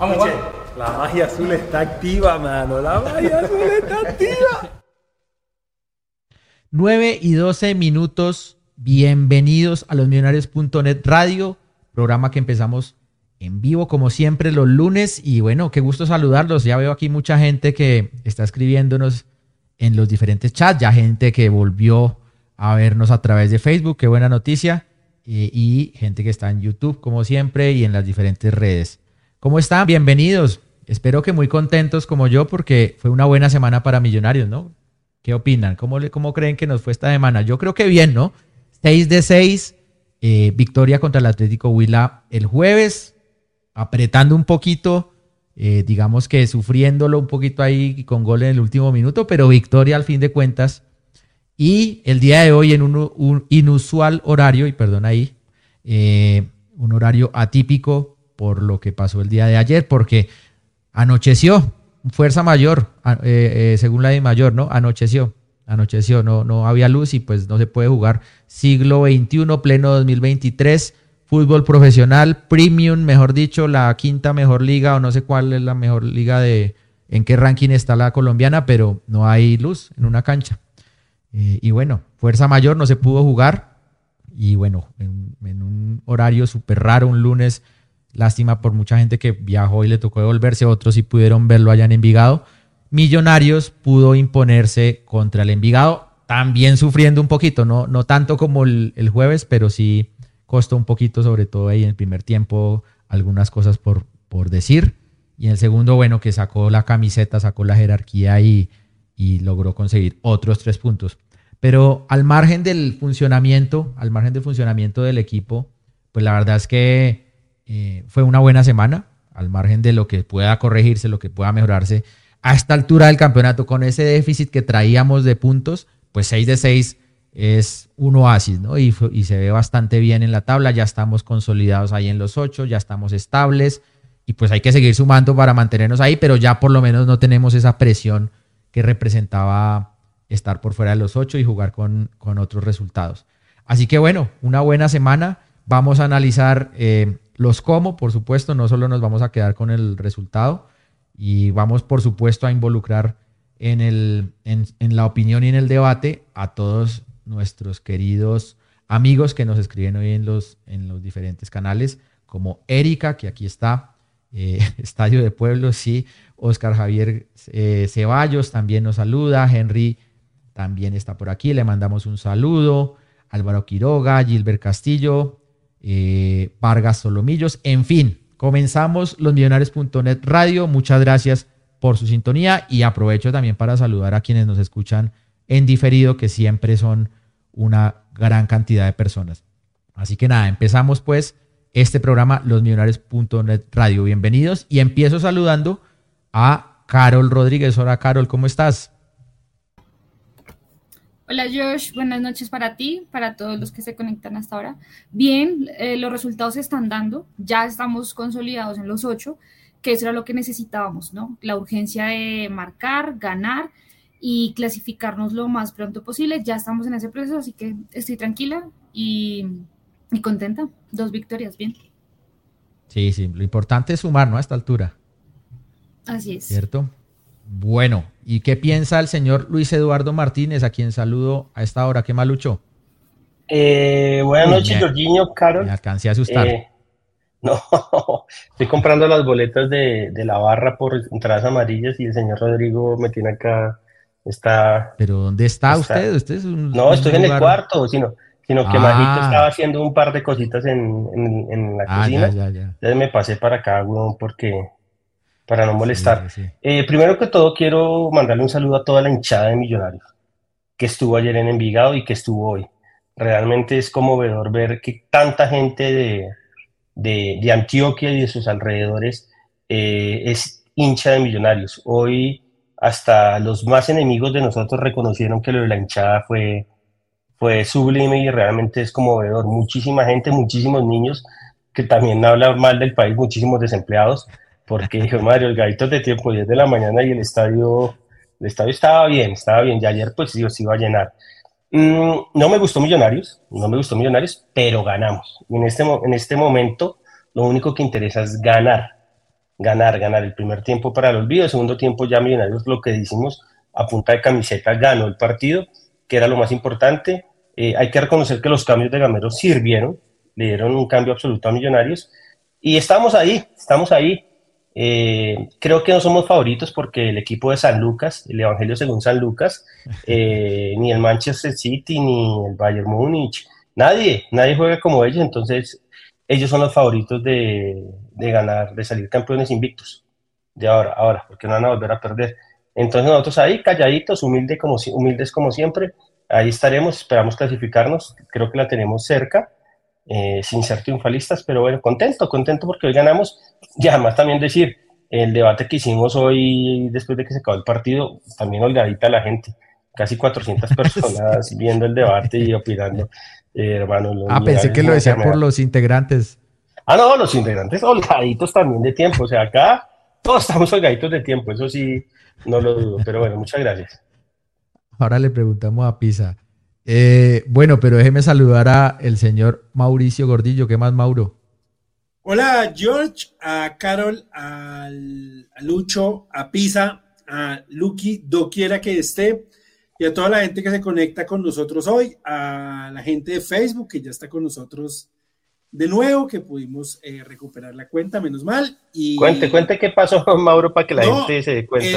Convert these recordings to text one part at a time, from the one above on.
Vamos, Juan. La magia azul está activa, mano. La magia azul está activa. 9:12. Bienvenidos a losmillonarios.net Radio, programa que empezamos en vivo como siempre los lunes. Y bueno, qué gusto saludarlos. Ya veo aquí mucha gente que está escribiéndonos en los diferentes chats, ya gente que volvió a vernos a través de Facebook, qué buena noticia. Y gente que está en YouTube como siempre y en las diferentes redes. ¿Cómo están? Bienvenidos. Espero que muy contentos como yo porque fue una buena semana para Millonarios, ¿no? ¿Qué opinan? ¿Cómo creen que nos fue esta semana? Yo creo que bien, ¿no? 6 de 6, victoria contra el Atlético Huila el jueves, apretando un poquito, digamos que sufriéndolo un poquito ahí con gol en el último minuto, pero victoria al fin de cuentas. Y el día de hoy en un inusual horario, y perdón ahí, un horario atípico por lo que pasó el día de ayer, porque anocheció, fuerza mayor, según la de mayor, ¿no? Anocheció, no había luz y pues no se puede jugar. Siglo XXI, pleno 2023, fútbol profesional, premium, mejor dicho, la quinta mejor liga, o no sé cuál es la mejor liga en qué ranking está la colombiana, pero no hay luz en una cancha. Y bueno, fuerza mayor, no se pudo jugar. Y bueno, en un horario súper raro, un lunes, lástima por mucha gente que viajó y le tocó devolverse, otros sí pudieron verlo allá en Envigado. Millonarios pudo imponerse contra el Envigado, también sufriendo un poquito, no tanto como el jueves, pero sí costó un poquito, sobre todo ahí en el primer tiempo, algunas cosas por decir. Y en el segundo, bueno, que sacó la camiseta, sacó la jerarquía y logró conseguir otros 3 puntos. Pero al margen del funcionamiento del equipo, pues la verdad es que fue una buena semana, al margen de lo que pueda corregirse, lo que pueda mejorarse. A esta altura del campeonato, con ese déficit que traíamos de puntos, pues 6 de 6 es un oasis, ¿no? Y se ve bastante bien en la tabla, ya estamos consolidados ahí en los 8, ya estamos estables, y pues hay que seguir sumando para mantenernos ahí, pero ya por lo menos no tenemos esa presión que representaba estar por fuera de los 8 y jugar con otros resultados. Así que bueno, una buena semana. Vamos a analizar los cómo, por supuesto, no solo nos vamos a quedar con el resultado, y vamos por supuesto a involucrar en la opinión y en el debate a todos nuestros queridos amigos que nos escriben hoy en los diferentes canales, como Erika, que aquí está, Estadio de Pueblos, sí, Oscar Javier Ceballos también nos saluda, Henry también está por aquí, le mandamos un saludo, Álvaro Quiroga, Gilbert Castillo, Vargas Solomillos, en fin, comenzamos losmillonarios.net Radio. Muchas gracias por su sintonía y aprovecho también para saludar a quienes nos escuchan en diferido, que siempre son una gran cantidad de personas. Así que nada, empezamos pues este programa losmillonarios.net Radio. Bienvenidos, y empiezo saludando a Carol Rodríguez. Hola Carol, ¿cómo estás? Hola Josh, buenas noches para ti, para todos los que se conectan hasta ahora. Bien, los resultados se están dando, ya estamos consolidados en los 8, que eso era lo que necesitábamos, ¿no? La urgencia de marcar, ganar y clasificarnos lo más pronto posible. Ya estamos en ese proceso, así que estoy tranquila y contenta. 2 victorias, bien. Sí, lo importante es sumar, ¿no? A esta altura. Así es. ¿Cierto? Bueno, ¿y qué piensa el señor Luis Eduardo Martínez, a quien saludo a esta hora? ¿Qué malucho? Buenas noches, Jorginho, Carol. Me alcancé a asustar. No, estoy comprando las boletas de la barra por entradas amarillas y el señor Rodrigo me tiene acá. ¿Pero dónde está usted? ¿Usted es no, estoy en el cuarto, sino que Majito estaba haciendo un par de cositas en la cocina. Ya. Entonces me pasé para acá, weón, para no molestar. Sí. Primero que todo, quiero mandarle un saludo a toda la hinchada de Millonarios que estuvo ayer en Envigado y que estuvo hoy. Realmente es conmovedor ver que tanta gente de Antioquia y de sus alrededores es hincha de Millonarios. Hoy hasta los más enemigos de nosotros reconocieron que lo de la hinchada fue sublime y realmente es conmovedor. Muchísima gente, muchísimos niños que también hablan mal del país, muchísimos desempleados, porque dijo Mario, el gallito de tiempo 10 de la mañana y el estadio estaba bien, y ayer pues sí, se iba a llenar. No me gustó Millonarios, pero ganamos. Y en este momento lo único que interesa es ganar. ganar el primer tiempo para el olvido, el segundo tiempo ya Millonarios, lo que decimos, a punta de camiseta ganó el partido, que era lo más importante. Hay que reconocer que los cambios de Gamero sirvieron, le dieron un cambio absoluto a Millonarios, y estamos ahí. Creo que no somos favoritos porque el equipo de San Lucas, el Evangelio según San Lucas, ni el Manchester City, ni el Bayern Múnich, nadie juega como ellos, entonces ellos son los favoritos de ganar, de salir campeones invictos, de ahora, porque no van a volver a perder. Entonces nosotros ahí, calladitos, humildes como siempre, ahí estaremos, esperamos clasificarnos, creo que la tenemos cerca, sin ser triunfalistas, pero bueno, contento porque hoy ganamos. Y además también decir, el debate que hicimos hoy después de que se acabó el partido, también holgadita la gente, casi 400 personas viendo el debate y opinando, hermano. Pensé que lo decía por los integrantes. No, los integrantes holgaditos también de tiempo, o sea, acá todos estamos holgaditos de tiempo, eso sí, no lo dudo, pero bueno, muchas gracias. Ahora le preguntamos a Pisa. Bueno, pero déjeme saludar a el señor Mauricio Gordillo. ¿Qué más, Mauro? Hola, George, a Carol, a Lucho, a Pisa, a Lucky, doquiera que esté, y a toda la gente que se conecta con nosotros hoy, a la gente de Facebook que ya está con nosotros de nuevo, que pudimos recuperar la cuenta, menos mal. Y Cuente qué pasó, Mauro, para que la gente se dé cuenta.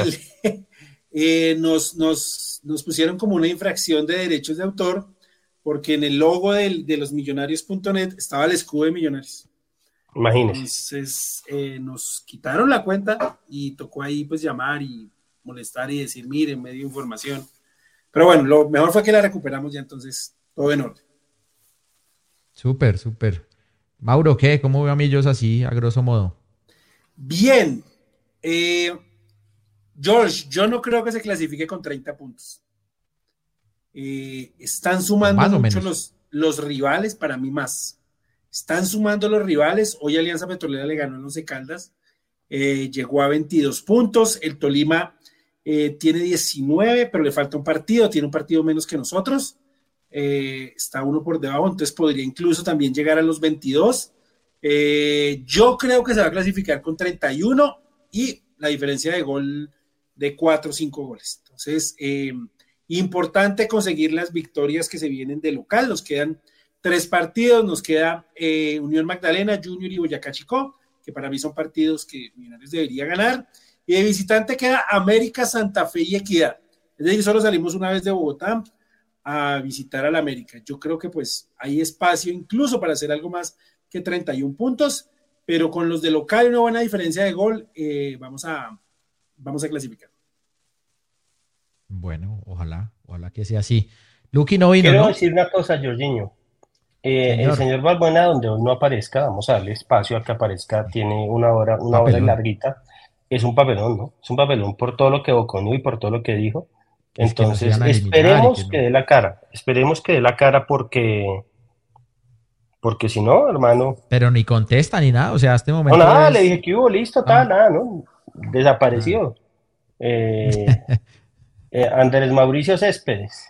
Nos pusieron como una infracción de derechos de autor porque en el logo de los millonarios.net estaba el escudo de Millonarios. Imagínese. Entonces nos quitaron la cuenta y tocó ahí pues llamar y molestar y decir, miren, me dio información. Pero bueno, lo mejor fue que la recuperamos ya, entonces todo en orden. Súper. Mauro, ¿qué? ¿Cómo ve a Millos así, a grosso modo? Bien. George, yo no creo que se clasifique con 30 puntos. Están sumando mucho los rivales, para mí más. Están sumando los rivales. Hoy Alianza Petrolera le ganó en Once Caldas. Llegó a 22 puntos. El Tolima tiene 19, pero le falta un partido. Tiene un partido menos que nosotros. Está uno por debajo, entonces podría incluso también llegar a los 22. Yo creo que se va a clasificar con 31 y la diferencia de gol de 4 o 5 goles. Entonces, importante conseguir las victorias que se vienen de local. Nos quedan 3 partidos, nos queda Unión Magdalena, Junior y Boyacá Chicó, que para mí son partidos que Millonarios debería ganar. Y de visitante queda América, Santa Fe y Equidad. Es decir, solo salimos una vez de Bogotá a visitar al América. Yo creo que pues hay espacio incluso para hacer algo más que 31 puntos, pero con los de local y una buena diferencia de gol, vamos a clasificar. Bueno, ojalá que sea así. Lucky no vino, Quiero ¿no? decir una cosa, Jorginho. El señor Balbuena, donde hoy no aparezca, vamos a darle espacio a que aparezca, tiene una hora larguita. Es un papelón, ¿no? Es un papelón por todo lo que Boconio y por todo lo que dijo. Entonces, esperemos que dé la cara, porque si no, hermano. Pero ni contesta ni nada, o sea, a este momento. No, nada, le dije que hubo, listo, nada, ¿no? Desapareció. Andrés Mauricio Céspedes.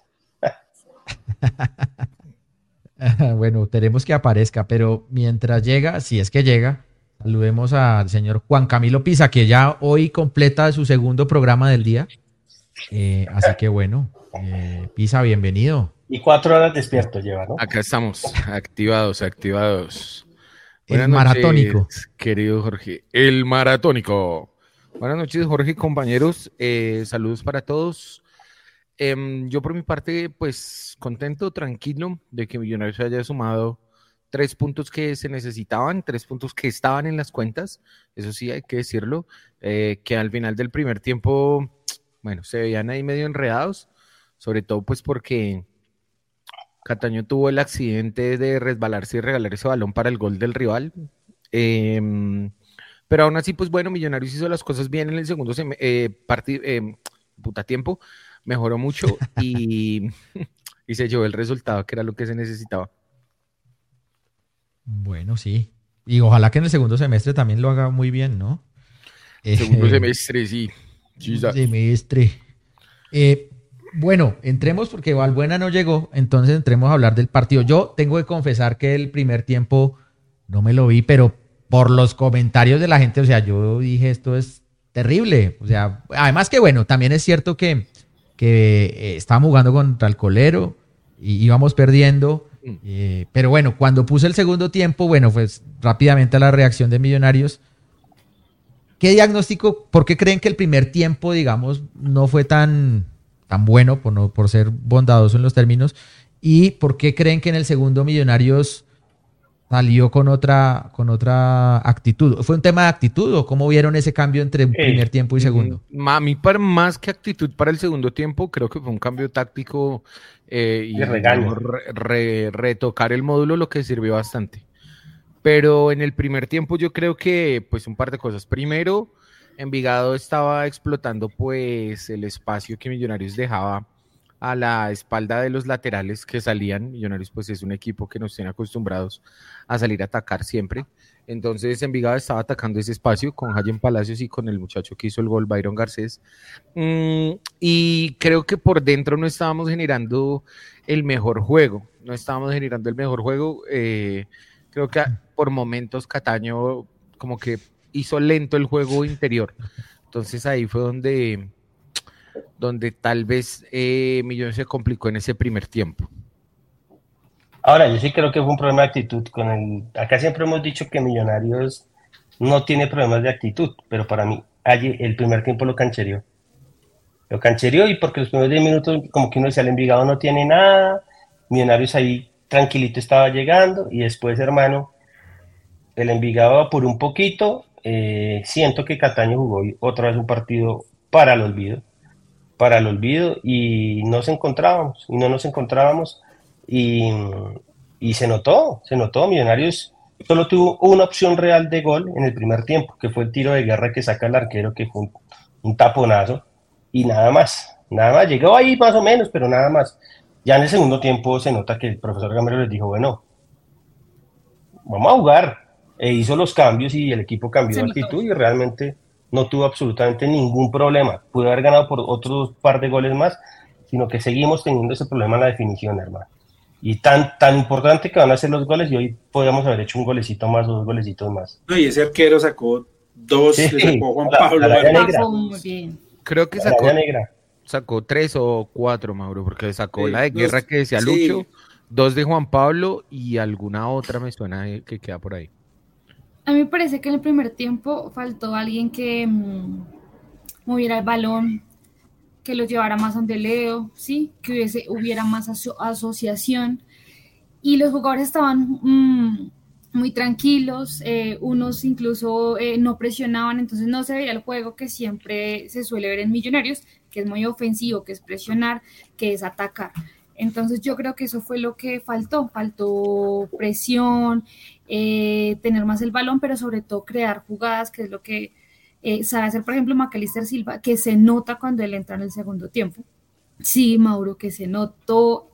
Bueno, tenemos que aparezca, pero mientras llega, si es que llega, saludemos al señor Juan Camilo Pisa, que ya hoy completa su segundo programa del día. Así que bueno, Pisa, bienvenido. Y 4 horas despierto lleva, ¿no? Acá estamos, activados. El maratónico. Noches, querido Jorge. El maratónico. Buenas noches, Jorge y compañeros. Saludos para todos. Yo por mi parte, pues contento, tranquilo de que Millonarios haya sumado 3 puntos que se necesitaban, 3 puntos que estaban en las cuentas. Eso sí, hay que decirlo. Que al final del primer tiempo, bueno, se veían ahí medio enredados, sobre todo pues porque Cataño tuvo el accidente de resbalarse y regalar ese balón para el gol del rival. Pero aún así, pues bueno, Millonarios hizo las cosas bien en el segundo tiempo, mejoró mucho y se llevó el resultado, que era lo que se necesitaba. Bueno, sí. Y ojalá que en el segundo semestre también lo haga muy bien, ¿no? Segundo semestre, sí. Semestre. Bueno, entremos porque Valbuena no llegó, entonces entremos a hablar del partido. Yo tengo que confesar que el primer tiempo no me lo vi, pero por los comentarios de la gente, o sea, yo dije, esto es terrible. O sea, además que bueno, también es cierto que estábamos jugando contra el Colero y íbamos perdiendo. Pero bueno, cuando puse el segundo tiempo, bueno, pues rápidamente la reacción de Millonarios. ¿Qué diagnóstico, por qué creen que el primer tiempo, digamos, no fue tan bueno, por ser bondadoso en los términos? ¿Y por qué creen que en el segundo Millonarios salió con otra actitud? ¿Fue un tema de actitud o cómo vieron ese cambio entre primer tiempo y segundo? A mí, más que actitud para el segundo tiempo, creo que fue un cambio táctico y retocar el módulo, lo que sirvió bastante. Pero en el primer tiempo yo creo que pues un par de cosas. Primero, Envigado estaba explotando pues el espacio que Millonarios dejaba a la espalda de los laterales que salían. Millonarios pues es un equipo que nos tiene acostumbrados a salir a atacar siempre. Entonces Envigado estaba atacando ese espacio con Jayen Palacios y con el muchacho que hizo el gol, Byron Garcés. Y creo que por dentro no estábamos generando el mejor juego. Creo que por momentos Cataño como que hizo lento el juego interior. Entonces ahí fue donde tal vez Millonarios se complicó en ese primer tiempo. Ahora, yo sí creo que fue un problema de actitud. Acá siempre hemos dicho que Millonarios no tiene problemas de actitud, pero para mí el primer tiempo lo canchereó. Y porque los primeros 10 minutos como que uno decía, el Envigado no tiene nada, Millonarios ahí tranquilito estaba llegando, y después, hermano, el Envigado por un poquito. Siento que Cataño jugó otra vez un partido para el olvido, y no nos encontrábamos, y se notó. Millonarios solo tuvo una opción real de gol en el primer tiempo, que fue el tiro de guerra que saca el arquero, que fue un taponazo, y nada más, llegó ahí más o menos, pero nada más. Ya en el segundo tiempo se nota que el profesor Gamero les dijo, bueno, vamos a jugar, e hizo los cambios y el equipo cambió de actitud y realmente no tuvo absolutamente ningún problema. Pudo haber ganado por otros par de goles más, sino que seguimos teniendo ese problema en la definición, hermano. Y tan importante que van a ser los goles, y hoy podríamos haber hecho un golecito más o 2 golecitos más. No, y ese arquero sacó 2, sí, le sacó Juan Pablo. Muy bien. Creo que sacó 3 o 4, Mauro, porque sacó la de guerra que decía Lucho, 2 de Juan Pablo y alguna otra me suena que queda por ahí. A mí me parece que en el primer tiempo faltó alguien que moviera el balón, que lo llevara más a un deleo, ¿sí? Que hubiera más asociación. Y los jugadores estaban muy tranquilos, unos incluso no presionaban, entonces no se veía el juego que siempre se suele ver en Millonarios, que es muy ofensivo, que es presionar, que es atacar. Entonces yo creo que eso fue lo que faltó presión, tener más el balón, pero sobre todo crear jugadas, que es lo que sabe hacer, por ejemplo, Macalister Silva, que se nota cuando él entra en el segundo tiempo. Sí, Mauro, que se notó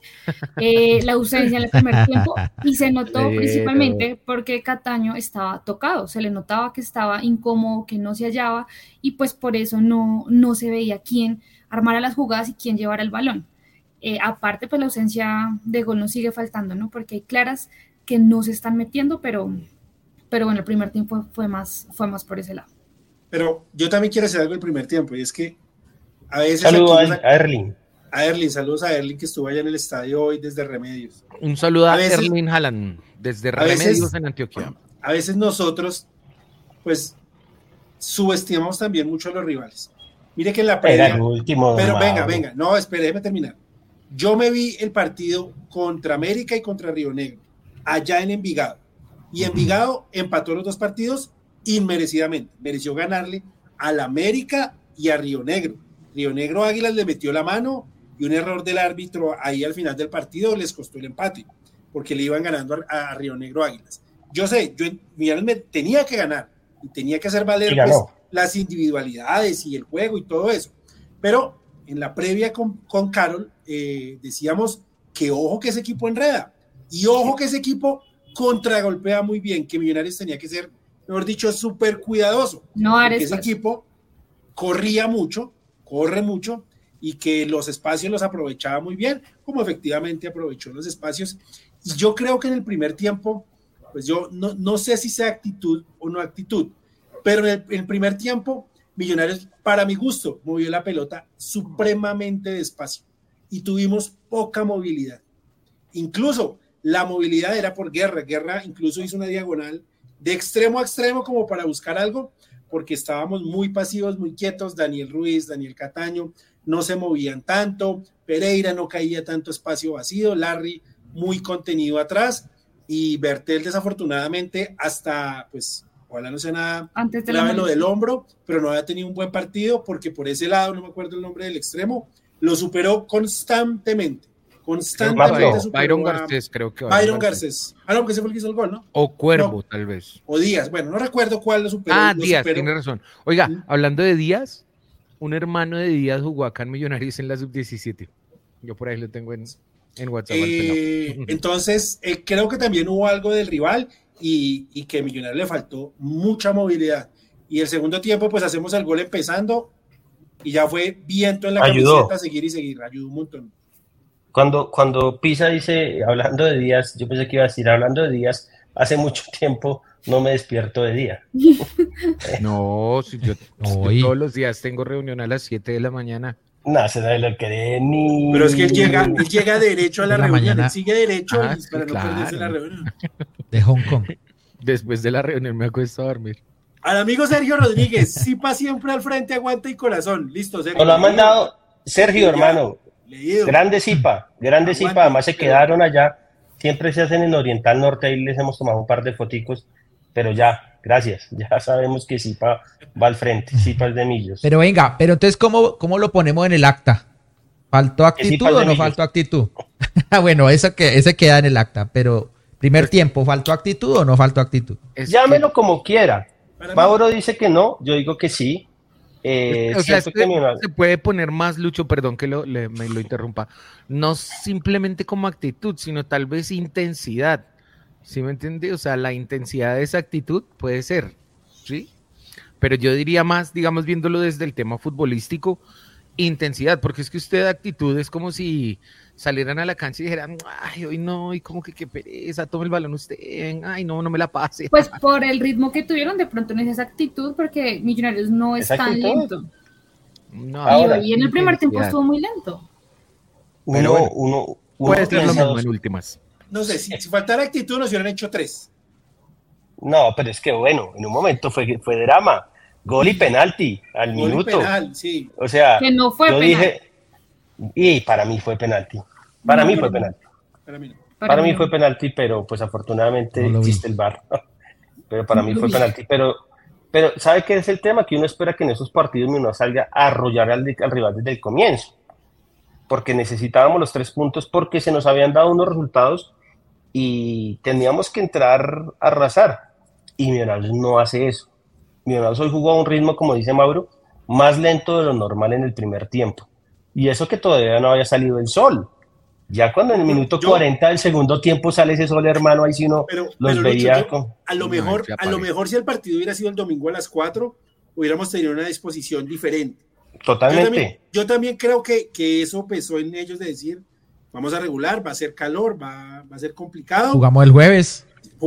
la ausencia en el primer tiempo, y se notó principalmente porque Cataño estaba tocado, se le notaba que estaba incómodo, que no se hallaba, y pues por eso no se veía quién armara las jugadas y quién llevara el balón. Aparte, pues la ausencia de gol nos sigue faltando, ¿no? Porque hay claras que no se están metiendo, pero bueno, el primer tiempo fue más por ese lado. Pero yo también quiero hacer algo el primer tiempo, y es que a veces... Saludos a Erling. Saludos a Erling, que estuvo allá en el estadio hoy desde Remedios. Un saludo a Erling Haaland, desde Remedios en Antioquia. A veces nosotros, pues, subestimamos también mucho a los rivales. Mire que en la previa... Era el último. Pero venga, no, espere, déjeme terminar. Yo me vi el partido contra América y contra Río Negro, allá en Envigado. Y Envigado empató los 2 partidos inmerecidamente. Mereció ganarle al América y a Río Negro. Río Negro Águilas le metió la mano, y un error del árbitro ahí al final del partido les costó el empate, porque le iban ganando a Río Negro Águilas. Yo sé, Millonarios tenía que ganar y tenía que hacer valer pues, las individualidades y el juego y todo eso. Pero en la previa con Carol decíamos que ojo que ese equipo enreda, y ojo que ese equipo contragolpea muy bien, que Millonarios tenía que ser, mejor dicho, súper cuidadoso, porque ese equipo corre mucho, y que los espacios los aprovechaba muy bien, como efectivamente aprovechó los espacios. Y yo creo que en el primer tiempo pues yo no sé si sea actitud o no actitud, pero en el primer tiempo, Millonarios, para mi gusto, movió la pelota supremamente despacio y tuvimos poca movilidad. Incluso la movilidad era por Guerra. Guerra incluso hizo una diagonal de extremo a extremo como para buscar algo, porque estábamos muy pasivos, muy quietos. Daniel Ruiz, Daniel Cataño no se movían tanto, Pereira no caía tanto espacio vacío, Larry muy contenido atrás y Bertel desafortunadamente hasta, pues, ojalá no sea nada grave lo del hombro, pero no había tenido un buen partido porque por ese lado, no me acuerdo el nombre del extremo, lo superó constantemente. Byron Garcés, creo que Byron Garcés. No, porque ese fue el que hizo el gol, ¿no? O Cuervo, no, tal vez. O Díaz, bueno, no recuerdo cuál lo superó. Díaz, tiene razón. Oiga, hablando de Díaz, un hermano de Díaz jugó acá en Millonarios en la sub-17. Yo por ahí lo tengo en WhatsApp. Entonces, creo que también hubo algo del rival y que a Millonarios le faltó mucha movilidad. Y el segundo tiempo, pues hacemos el gol empezando y ya fue viento en la camiseta, seguir y seguir. Ayudó un montón. Cuando Pisa dice, hablando de Díaz, yo pensé que iba a decir, hablando de Díaz, hace mucho tiempo no me despierto de día. No, si yo todos los días tengo reunión a las 7 de la mañana. No, se da lo que ni... Pero es que él llega derecho a la reunión, él sigue derecho para no perderse la reunión. De Hong Kong. Después de la reunión me acuesto a dormir. Al amigo Sergio Rodríguez, Zipa siempre al frente, aguanta y corazón. Listo, Sergio. Nos lo ha mandado Sergio, hermano. Leído. Grande Zipa, además se quedaron allá, siempre se hacen en Oriental Norte, ahí les hemos tomado un par de foticos, pero ya, gracias, ya sabemos que Zipa va al frente, Zipa es de Millos. Pero venga, pero entonces, ¿cómo lo ponemos en el acta? ¿Faltó actitud o no faltó actitud? Bueno, ese queda en el acta, pero primer tiempo, ¿faltó actitud o no faltó actitud? Llámelo como quiera. Mauro dice que no, yo digo que sí. O sea, se puede poner más, Lucho, perdón que me lo interrumpa, no simplemente como actitud, sino tal vez intensidad, ¿sí me entiende? O sea, la intensidad de esa actitud puede ser, ¿sí? Pero yo diría más, digamos, viéndolo desde el tema futbolístico, intensidad, porque es que usted actitud es como si salieran a la cancha y dijeran, ay, hoy no, y como que qué pereza, tome el balón usted, ay, no me la pase. Pues por el ritmo que tuvieron, de pronto no es esa actitud, porque Millonarios no es tan lento. No, y en el primer tiempo estuvo muy lento. Uno puede ser lo mismo en últimas. No sé, si faltara actitud nos hubieran hecho 3. No, pero es que bueno, en un momento fue drama. Gol y penalti al minuto. Penal, sí. O sea, que no fue yo penal. Dije, y para mí fue penalti. Para mí fue penalti. Para mí fue penalti, pero pues afortunadamente existe el VAR. Pero para mí fue penalti. Pero ¿sabe qué es el tema? Que uno espera que en esos partidos uno salga a arrollar al rival desde el comienzo. Porque necesitábamos los 3 puntos, porque se nos habían dado unos resultados y teníamos que entrar a arrasar. Y Millonarios no hace eso. Millonarios hoy jugó a un ritmo, como dice Mauro, más lento de lo normal en el primer tiempo. Y eso que todavía no había salido el sol. Ya cuando en el minuto 40 del segundo tiempo sale ese sol, hermano, ahí sí uno los veía. Lucho, a lo mejor si el partido hubiera sido el domingo a las 4, hubiéramos tenido una disposición diferente. Totalmente. Yo también creo que eso pesó en ellos de decir, vamos a regular, va a ser calor, va a ser complicado. Jugamos el jueves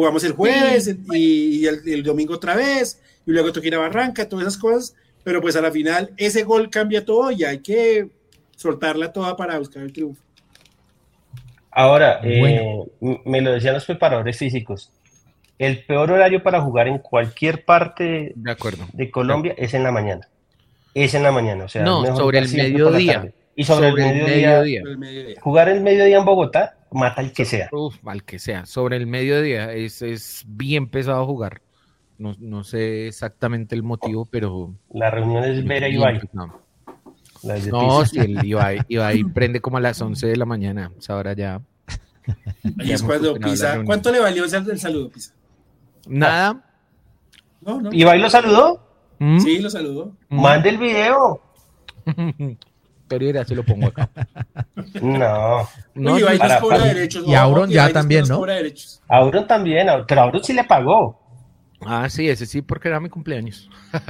y el domingo otra vez, y luego toca ir a Barranca, todas esas cosas, pero pues a la final ese gol cambia todo y hay que soltarla toda para buscar el triunfo. Ahora, me lo decían los preparadores físicos, el peor horario para jugar en cualquier parte de Colombia es en la mañana. O sea, no, sobre el mediodía. Y sobre el mediodía. Jugar el mediodía en Bogotá mata al que sea. Al que sea. Sobre el mediodía es bien pesado jugar. No sé exactamente el motivo, pero... La reunión es Vera y Ibai. No, sí, el Ibai prende como a las 11 de la mañana. O sea, ahora ya... Ahí es cuando Pisa... ¿Cuánto le valió el saludo, Pisa? Nada. No. ¿Ibai lo saludó? Sí, lo saludó. Mande el video. Pero ya se lo pongo acá. No, Ibai nos cobra derechos. Y Auron ya también, ¿no? Auron también, pero Auron sí le pagó. Ah, sí, ese sí, porque era mi cumpleaños.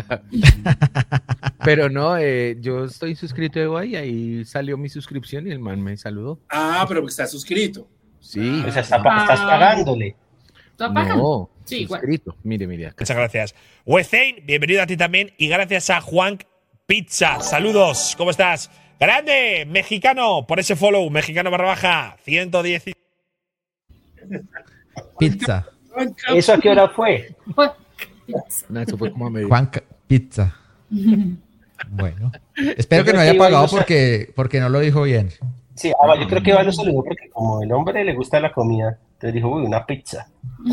Pero no, yo estoy suscrito de Ibai, ahí salió mi suscripción y el man me saludó. Ah, pero está suscrito. Sí. O sea, estás pagándole. ¿Tú apagas? No, Sí, suscrito. igual. Mire. Acá. Muchas gracias. Wezein, bienvenido a ti también. Y gracias a Juan Pizza. Saludos, ¿cómo estás? Grande, mexicano, por ese follow, mexicano / 110. Pizza. ¿Eso a qué hora fue? No, eso fue como a medio. Pizza. Bueno. Espero que no haya pagado porque no lo dijo bien. Sí, yo creo que Iván lo saludó porque como el hombre le gusta la comida, entonces dijo, uy, una pizza.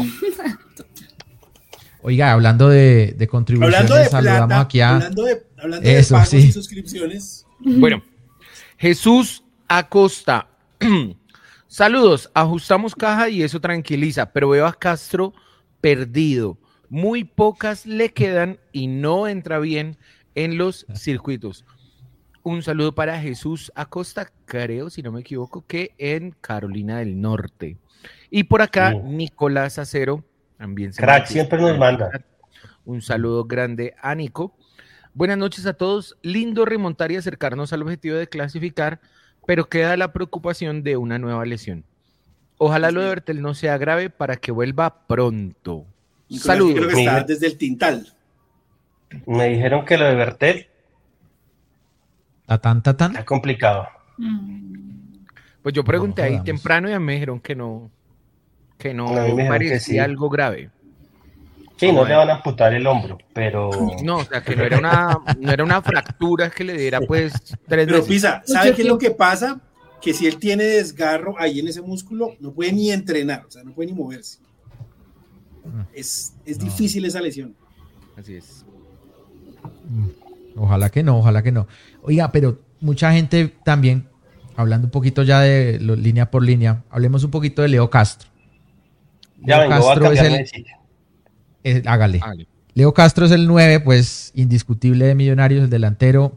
Oiga, hablando de contribuciones, Hablando de saludamos plata, aquí a... hablando de Eso, pagos sí. y suscripciones. Bueno, Jesús Acosta. Saludos, ajustamos caja y eso tranquiliza, pero veo a Castro perdido. Muy pocas le quedan y no entra bien en los circuitos. Un saludo para Jesús Acosta, creo, si no me equivoco, que en Carolina del Norte. Y por acá, Sí. Nicolás Acero, también. Crack, siempre nos manda. Un saludo grande a Nico. Buenas noches a todos. Lindo remontar y acercarnos al objetivo de clasificar, pero queda la preocupación de una nueva lesión. Ojalá lo de Bertel no sea grave para que vuelva pronto. Nicolás, Saludos. creo que está Mira. desde el Tintal. Me dijeron que lo de Bertel Tatán. está complicado. Pues yo pregunté No ahí jodamos. temprano y me dijeron que no A mí me dijeron parecía que sí. algo grave. Sí, no le van a amputar el hombro, pero No, o sea, que no era una fractura que le diera pues 3 Pero meses. Pisa, ¿sabe qué es lo que pasa? Que si él tiene desgarro ahí en ese músculo, no puede ni entrenar, o sea, no puede ni moverse. Es difícil esa lesión. Así es. Ojalá que no. Oiga, pero mucha gente también, hablando un poquito ya de línea por línea, hablemos un poquito de Leo Castro. ya Leo vengo, voy a Castro es cambiarme de sitio. hágale. Vale. Leo Castro es el 9, pues indiscutible de Millonarios, el delantero,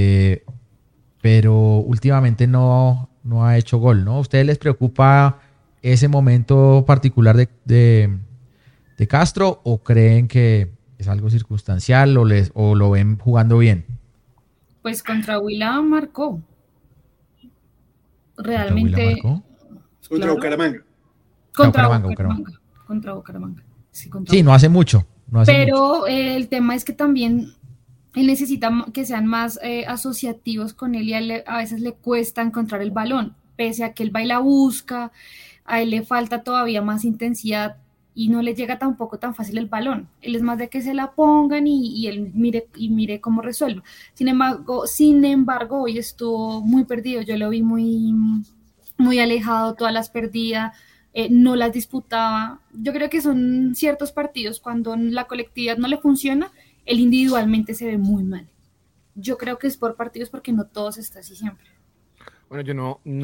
pero últimamente no ha hecho gol, ¿no? ¿A ustedes les preocupa ese momento particular de Castro o creen que es algo circunstancial o lo ven jugando bien? Pues contra Huila marcó. Realmente. ¿Contra Huila marcó? Contra Claro. Bucaramanga. Contra Bucaramanga. Bucaramanga. Contra Bucaramanga. Sí, contra Sí, no hace mucho. Pero el tema es que también él necesita que sean más asociativos con él y a veces le cuesta encontrar el balón, pese a que él va y la busca, a él le falta todavía más intensidad y no le llega tampoco tan fácil el balón. Él es más de que se la pongan y él mire cómo resuelve. Sin embargo, hoy estuvo muy perdido, yo lo vi muy alejado, todas las perdía. No las disputaba. Yo creo que son ciertos partidos cuando la colectividad no le funciona, él individualmente se ve muy mal. Yo creo que es por partidos porque no todos está así siempre. Bueno, yo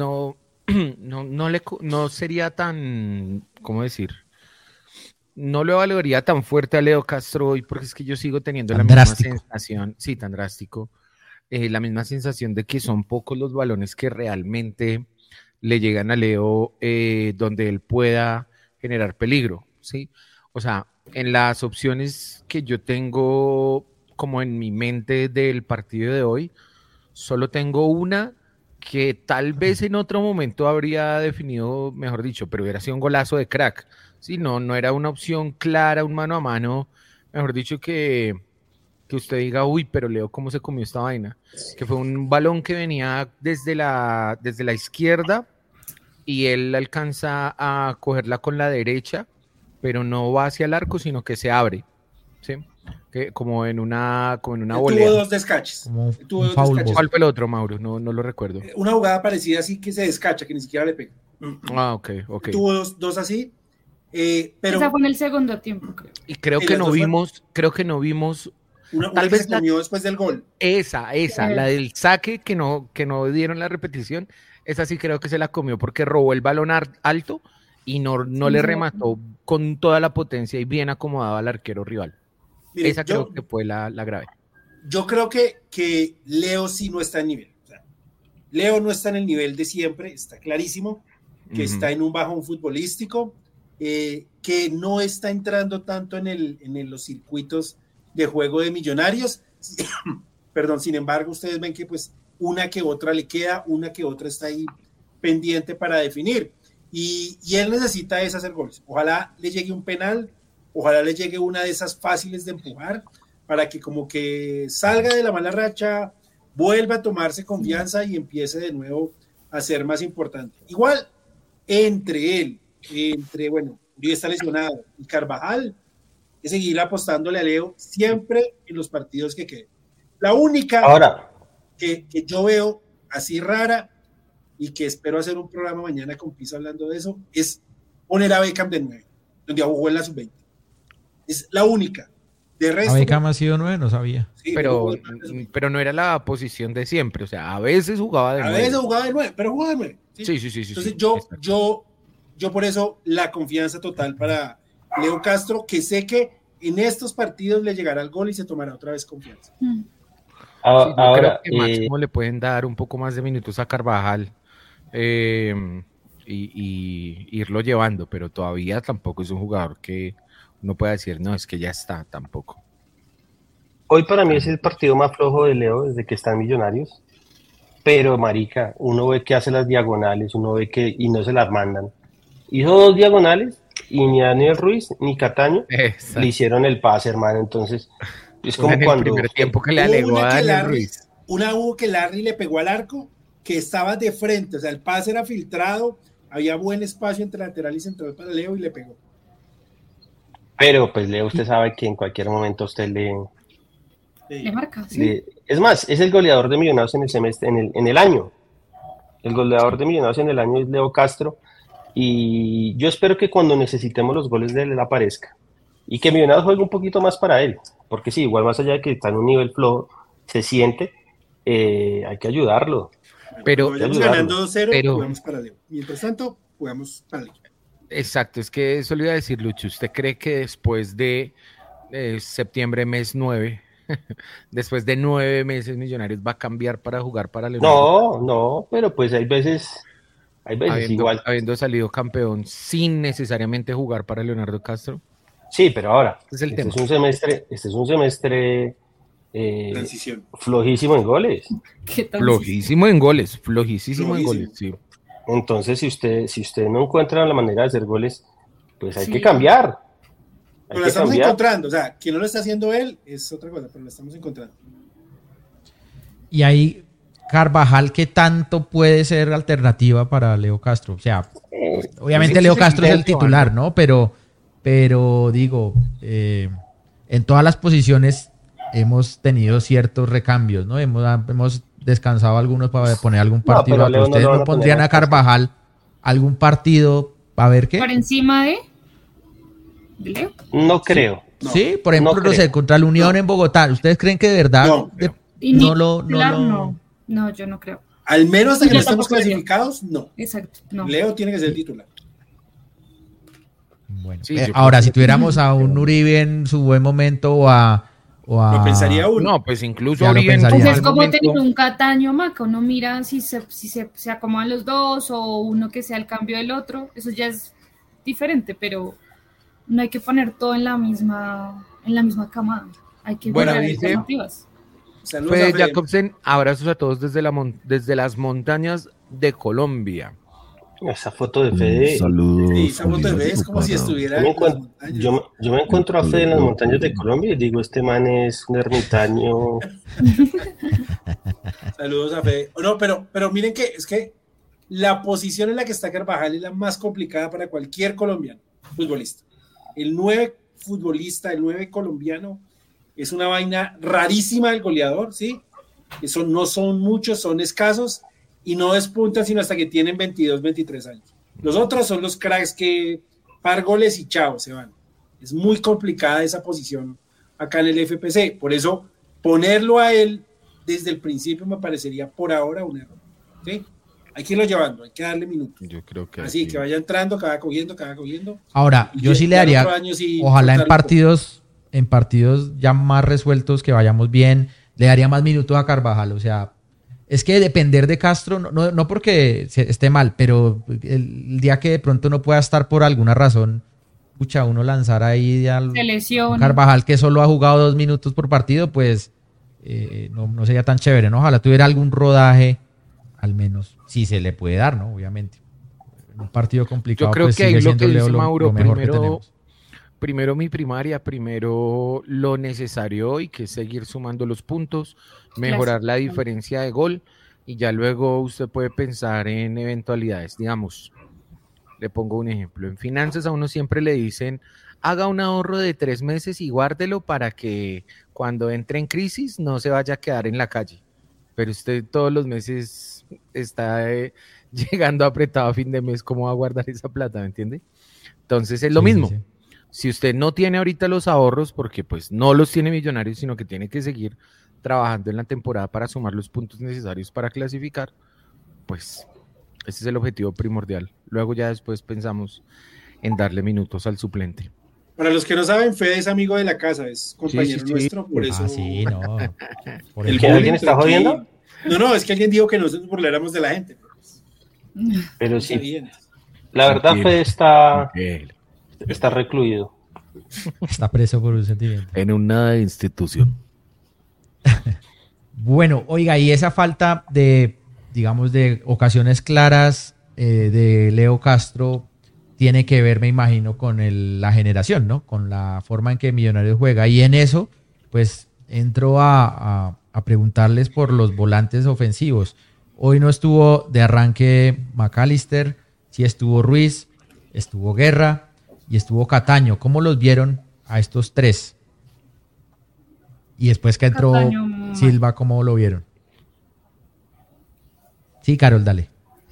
no sería tan, ¿cómo decir? No le valoraría tan fuerte a Leo Castro hoy porque es que yo sigo teniendo la misma sensación, sí, tan drástico, la misma sensación de que son pocos los balones que realmente le llegan a Leo donde él pueda generar peligro, ¿sí? O sea, en las opciones que yo tengo como en mi mente del partido de hoy, solo tengo una que tal vez en otro momento habría definido, mejor dicho, pero hubiera sido un golazo de crack, ¿sí? No era una opción clara, un mano a mano, mejor dicho, que usted diga, uy, pero Leo, ¿cómo se comió esta vaina? Que fue un balón que venía desde la izquierda y él alcanza a cogerla con la derecha, pero no va hacia el arco, sino que se abre, ¿sí? Como en una volea. Tuvo dos descaches. ¿Cuál fue el otro, Mauro? No lo recuerdo. Una jugada parecida así que se descacha, que ni siquiera le pega. Ah, ok. Tuvo dos así. Pero esa fue en el segundo tiempo, creo. Y creo que no vimos. Una tal que vez se comió después del gol. Esa, la del saque que no dieron la repetición. Esa sí creo que se la comió porque robó el balón alto y no le remató con toda la potencia y bien acomodado al arquero rival. Mire, esa creo que fue la grave. Yo creo que Leo sí no está en nivel. O sea, Leo no está en el nivel de siempre, está clarísimo que está en un bajón futbolístico, que no está entrando tanto en los circuitos de juego de Millonarios. Perdón, sin embargo, ustedes ven que pues una que otra le queda, una que otra está ahí pendiente para definir. y él necesita es hacer goles. Ojalá le llegue un penal, ojalá le llegue una de esas fáciles de empujar, para que como que salga de la mala racha, vuelva a tomarse confianza y empiece de nuevo a ser más importante. Igual, entre bueno, Uribe está lesionado y Carvajal, hay que seguir apostándole a Leo siempre en los partidos que queden. La única que yo veo así rara y que espero hacer un programa mañana con Pisa hablando de eso, es poner a Beckham de 9, donde jugó en la sub-20. Es la única. De resto, Beckham ha sido 9, no sabía. Sí, pero no era la posición de siempre, o sea, a veces jugaba de 9. A veces jugaba de 9, pero jugaba de 9. Sí. Entonces yo por eso la confianza total para Leo Castro, que sé que en estos partidos le llegará el gol y se tomará otra vez confianza. Ahora, creo que máximo le pueden dar un poco más de minutos a Carvajal y irlo llevando, pero todavía tampoco es un jugador que uno pueda decir, no, es que ya está, tampoco. Hoy para mí es el partido más flojo de Leo desde que están Millonarios, pero marica, uno ve que hace las diagonales, uno ve que y no se las mandan. Hizo 2 diagonales y ni Daniel Ruiz ni Cataño le hicieron el pase, hermano, entonces es como en cuando... el primer tiempo que le alegó a Daniel Ruiz. Una hubo que Larry le pegó al arco, que estaba de frente, o sea, el pase era filtrado, había buen espacio entre lateral y central para Leo y le pegó. Pero pues Leo, usted sabe que en cualquier momento usted le marca, sí. Es más, es el goleador de Millonarios en el semestre, en el año. El goleador de Millonarios en el año es Leo Castro. Y yo espero que cuando necesitemos los goles de él aparezca. Y que Millonarios juegue un poquito más para él. Porque sí, igual más allá de que está en un nivel flojo, se siente, hay que ayudarlo. Pero ganando 2-0, jugamos para Leo. Mientras tanto, jugamos para Leo. Exacto, es que eso le iba a decir, Lucho. ¿Usted cree que después de septiembre, mes 9, después de 9 meses, Millonarios va a cambiar para jugar para Leonardo? No, pero pues hay veces igual. Habiendo salido campeón sin necesariamente jugar para Leonardo Castro. Sí, pero ahora, este es un semestre transición. Flojísimo en goles. Flojísimo en goles, sí. Entonces, si usted no encuentra la manera de hacer goles, pues hay que cambiar. Pero la estamos encontrando, o sea, quien no lo está haciendo él es otra cosa, pero la estamos encontrando. Y ahí, Carvajal, ¿qué tanto puede ser alternativa para Leo Castro? O sea, obviamente Leo Castro es el titular, ¿no? Pero digo, en todas las posiciones hemos tenido ciertos recambios, ¿no? Hemos descansado algunos para poner algún partido. ¿Ustedes no pondrían a Carvajal algún partido para ver qué? ¿Por encima de Leo? No creo. Sí, por ejemplo, no sé, contra la Unión en Bogotá. ¿Ustedes creen que de verdad No, yo no creo. Al menos hasta que no estemos clasificados, no. Exacto, no. Leo tiene que ser titular. Bueno, sí, ahora, si tuviéramos a un Uribe en su buen momento Lo pensaría uno. No, pues incluso Uribe. Pues es como tener un Cataño, Maca. Uno mira si se acomodan los dos o uno que sea el cambio del otro. Eso ya es diferente, pero no hay que poner todo en la misma camada. Hay que buscar alternativas. Fede Jacobsen, abrazos a todos desde las montañas de Colombia. Esa foto de Fede. Saludos. Sí, esa foto de Fede es como si estuviera yo me encuentro a Fede en las montañas de Colombia y digo, este man es un ermitaño. Saludos a Fede. No, pero miren que es que la posición en la que está Carvajal es la más complicada para cualquier colombiano futbolista. El 9 futbolista, el 9 colombiano, es una vaina rarísima del goleador, ¿sí? Eso no son muchos, son escasos y no despuntan sino hasta que tienen 22, 23 años. Los otros son los cracks que par goles y chao, se van. Es muy complicada esa posición acá en el FPC, por eso ponerlo a él desde el principio me parecería por ahora un error, ¿sí? Hay que irlo llevando, hay que darle minutos. Yo creo que así que vaya entrando, cada cogiendo. Ahora, yo sí le daría, ojalá en partidos ya más resueltos, que vayamos bien, le daría más minutos a Carvajal. O sea, es que depender de Castro, no porque esté mal, pero el día que de pronto no pueda estar por alguna razón, pucha, uno lanzar ahí al Carvajal que solo ha jugado 2 minutos por partido, pues no sería tan chévere, ¿no? Ojalá tuviera algún rodaje, al menos, si se le puede dar, ¿no? Obviamente. un partido complicado. Yo creo pues que ahí sigue lo siendo que Leo dice Mauro, mejor que tenemos. primero mi primaria, primero lo necesario y que es seguir sumando los puntos, mejorar la diferencia de gol y ya luego usted puede pensar en eventualidades. Digamos, le pongo un ejemplo. En finanzas a uno siempre le dicen, haga un ahorro de 3 meses y guárdelo para que cuando entre en crisis no se vaya a quedar en la calle. Pero usted todos los meses está llegando apretado a fin de mes, ¿cómo va a guardar esa plata? ¿Me entiende? Entonces es lo mismo. Sí. Si usted no tiene ahorita los ahorros, porque pues no los tiene Millonarios, sino que tiene que seguir trabajando en la temporada para sumar los puntos necesarios para clasificar, pues ese es el objetivo primordial. Luego ya después pensamos en darle minutos al suplente. Para los que no saben, Fede es amigo de la casa, es compañero nuestro, por eso... sí, no. Por ¿Alguien está jodiendo? No, es que alguien dijo que nosotros burláramos de la gente. Pero sí, la verdad Fede está recluido. Está preso por un sentimiento. En una institución. Bueno, oiga, y esa falta de, digamos, de ocasiones claras de Leo Castro tiene que ver, me imagino, con la generación, ¿no? Con la forma en que Millonarios juega. Y en eso, pues, entro a preguntarles por los volantes ofensivos. Hoy no estuvo de arranque McAllister, sí estuvo Ruiz, estuvo Guerra y estuvo Cataño. ¿Cómo los vieron a estos tres? Y después que entró Cataño, Silva, ¿cómo lo vieron? Sí, Carol, dale.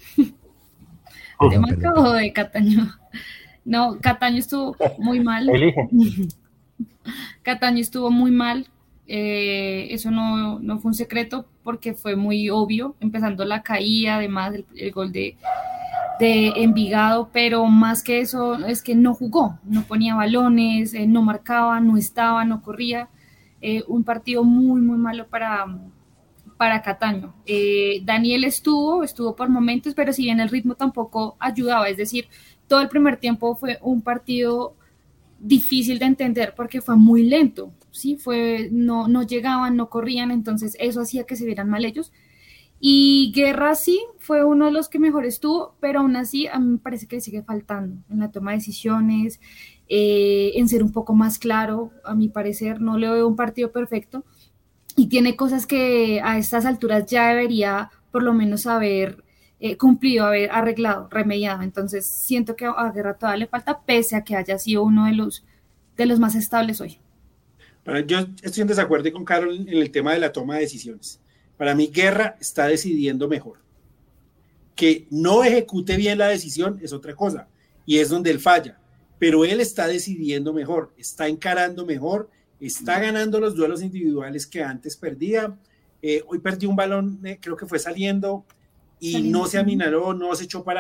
Perdón. De Cataño. No, Cataño estuvo muy mal. Elige. Cataño estuvo muy mal. Eso no fue un secreto porque fue muy obvio, empezando la caída, además el gol de Envigado, pero más que eso es que no jugó, no ponía balones, no marcaba, no estaba, no corría. Un partido muy, muy malo para Cataño. Daniel estuvo por momentos, pero si bien el ritmo tampoco ayudaba, es decir, todo el primer tiempo fue un partido difícil de entender porque fue muy lento, ¿sí? No llegaban, no corrían, entonces eso hacía que se vieran mal ellos. Y Guerra sí fue uno de los que mejor estuvo, pero aún así a mí me parece que le sigue faltando en la toma de decisiones, en ser un poco más claro. A mi parecer no le veo un partido perfecto y tiene cosas que a estas alturas ya debería por lo menos haber cumplido, haber arreglado, remediado. Entonces siento que a Guerra todavía le falta, pese a que haya sido uno de los más estables hoy. Bueno, yo estoy en desacuerdo con Carol en el tema de la toma de decisiones. Para mí Guerra está decidiendo mejor. Que no ejecute bien la decisión es otra cosa y es donde él falla, pero él está decidiendo mejor, está encarando mejor, está ganando los duelos individuales que antes perdía. Hoy perdió un balón, creo que fue saliendo y no se aminoró, no se echó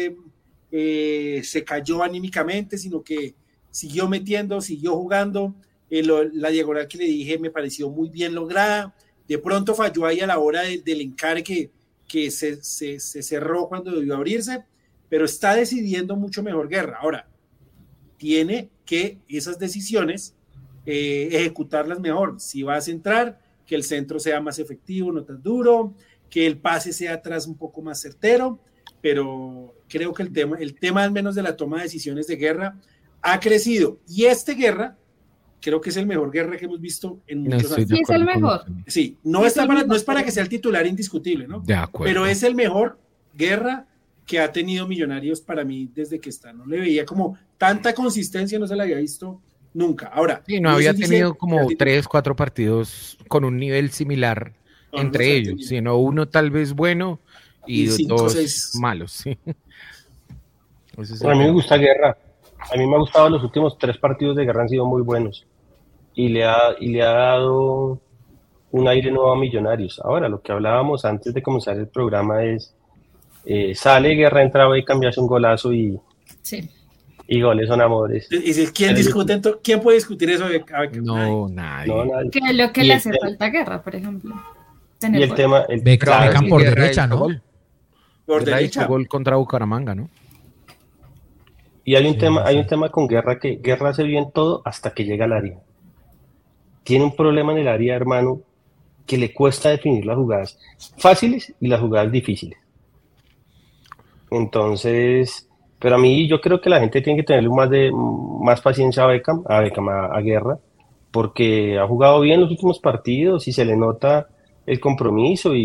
se cayó anímicamente, sino que siguió metiendo, siguió jugando. La diagonal que le dije me pareció muy bien lograda. De pronto falló ahí a la hora del encare que se cerró cuando debió abrirse, pero está decidiendo mucho mejor Guerra. Ahora, tiene que esas decisiones ejecutarlas mejor. Si va a centrar, que el centro sea más efectivo, no tan duro, que el pase sea atrás un poco más certero, pero creo que el tema al menos de la toma de decisiones de Guerra ha crecido. Y Guerra creo que es el mejor Guerra que hemos visto en muchos años. Sí, es el mejor. Sí, no es para que sea el titular indiscutible, ¿no? De acuerdo. Pero es el mejor Guerra que ha tenido Millonarios para mí desde que está. No le veía como tanta consistencia, no se la había visto nunca. Ahora. Sí, no había tenido como 3, 4 partidos con un nivel similar entre ellos, sino uno tal vez bueno y 5, 2 6 malos. Sí. A mí me gusta Guerra. A mí me ha gustado los últimos 3 partidos de Guerra, han sido muy buenos. Y le ha dado un aire nuevo a Millonarios. Ahora, lo que hablábamos antes de comenzar el programa es, sale Guerra, entraba y cambiase un golazo y goles son amores. ¿Y quién puede discutir eso? No, nadie. Que es lo que le hace falta a Guerra, por ejemplo. Y el tema... Beckham por derecha, ¿no? Por derecha. Gol contra Bucaramanga, ¿no? Y hay un tema con Guerra, que Guerra hace bien todo hasta que llega al área. Tiene un problema en el área, hermano, que le cuesta definir las jugadas fáciles y las jugadas difíciles. Entonces, Pero a mí yo creo que la gente tiene que tenerle más paciencia a Beckham, a Guerra, porque ha jugado bien los últimos partidos y se le nota el compromiso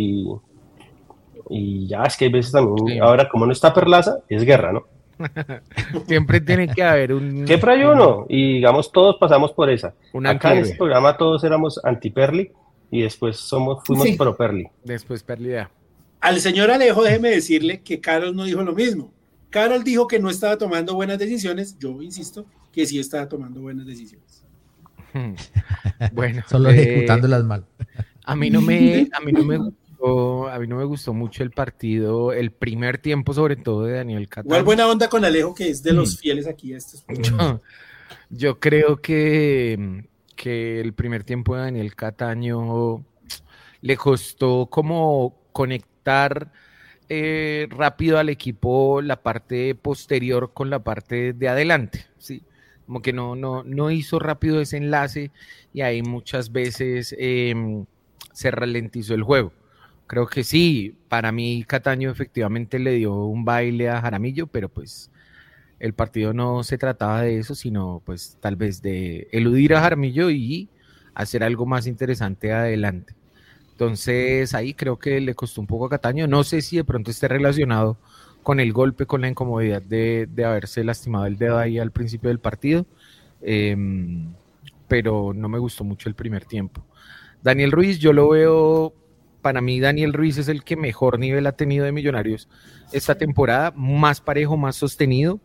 y ya es que hay veces también, Sí. ahora como no está Perlaza, es Guerra, ¿no? Siempre tiene que haber un... Siempre hay uno y digamos todos pasamos por esa. Un Acá en antihéroe. este programa todos éramos anti-Perli y después fuimos Sí. pro Perli. Después pérdida. Al señor Alejo, déjeme decirle que Carol no dijo lo mismo. Carol dijo que no estaba tomando buenas decisiones. Yo insisto que sí estaba tomando buenas decisiones. Bueno, Solo ejecutándolas mal. a mí no me gustó mucho el partido, el primer tiempo, sobre todo de Daniel Cataño. Igual buena onda con Alejo, que es de los fieles aquí a estos. Yo creo que el primer tiempo de Daniel Cataño le costó como conectar rápido al equipo la parte posterior con la parte de adelante, ¿sí? Como que no hizo rápido ese enlace y ahí muchas veces se ralentizó el juego. Creo que sí, para mí Cataño efectivamente le dio un baile a Jaramillo, pero pues el partido no se trataba de eso, sino pues tal vez de eludir a Jaramillo y hacer algo más interesante adelante. Entonces ahí creo que le costó un poco a Cataño. No sé si de pronto esté relacionado con el golpe, con la incomodidad de haberse lastimado el dedo ahí al principio del partido, pero no me gustó mucho el primer tiempo. Daniel Ruiz, yo lo veo, para mí Daniel Ruiz es el que mejor nivel ha tenido de Millonarios esta temporada, más parejo, más sostenido.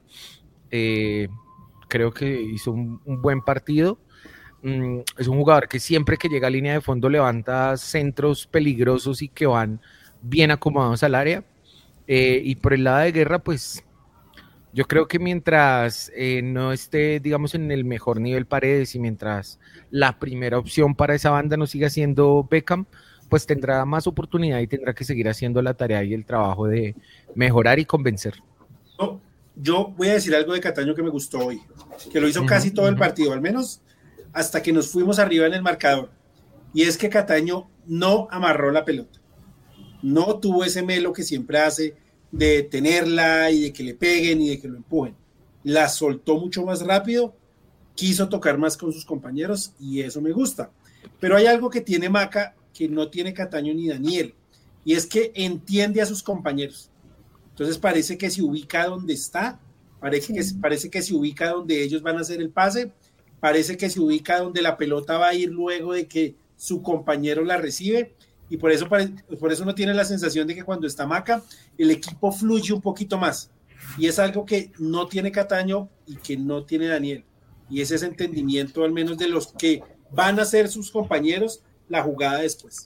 Creo que hizo un buen partido. Es un jugador que siempre que llega a línea de fondo levanta centros peligrosos y que van bien acomodados al área. Y por el lado de Guerra, pues yo creo que mientras no esté, digamos, en el mejor nivel Paredes y mientras la primera opción para esa banda no siga siendo Beckham, pues tendrá más oportunidad y tendrá que seguir haciendo la tarea y el trabajo de mejorar y convencer. Yo voy a decir algo de Cataño que me gustó hoy, que lo hizo casi todo el partido, al menos hasta que nos fuimos arriba en el marcador. Y es que Cataño no amarró la pelota. No tuvo ese melo que siempre hace de tenerla y de que le peguen y de que lo empujen. La soltó mucho más rápido, quiso tocar más con sus compañeros y eso me gusta. Pero hay algo que tiene Maca que no tiene Cataño ni Daniel, y es que entiende a sus compañeros. Entonces parece que se ubica donde está, parece que se ubica donde ellos van a hacer el pase, parece que se ubica donde la pelota va a ir luego de que su compañero la recibe, y por eso uno tiene la sensación de que cuando está Maca, el equipo fluye un poquito más, y es algo que no tiene Cataño y que no tiene Daniel, y es ese entendimiento al menos de los que van a ser sus compañeros la jugada después.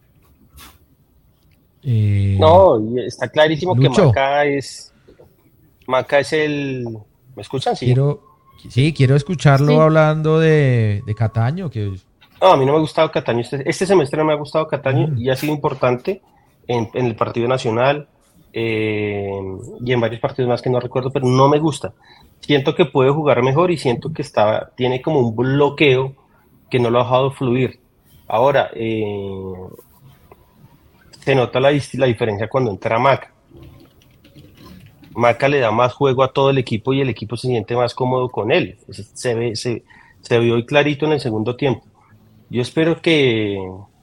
No, y está clarísimo Lucho. que Maca es el... ¿Me escuchan? Sí. Quiero escucharlo Sí. hablando de Cataño, que No, a mí no me ha gustado Cataño. Este semestre no me ha gustado Cataño y ha sido importante en el partido nacional y en varios partidos más que no recuerdo, pero no me gusta. Siento que puede jugar mejor y siento que tiene como un bloqueo que no lo ha dejado fluir. Ahora, se nota la diferencia cuando entra Maca. Maca le da más juego a todo el equipo y el equipo se siente más cómodo con él. Se vio hoy clarito en el segundo tiempo. Yo espero que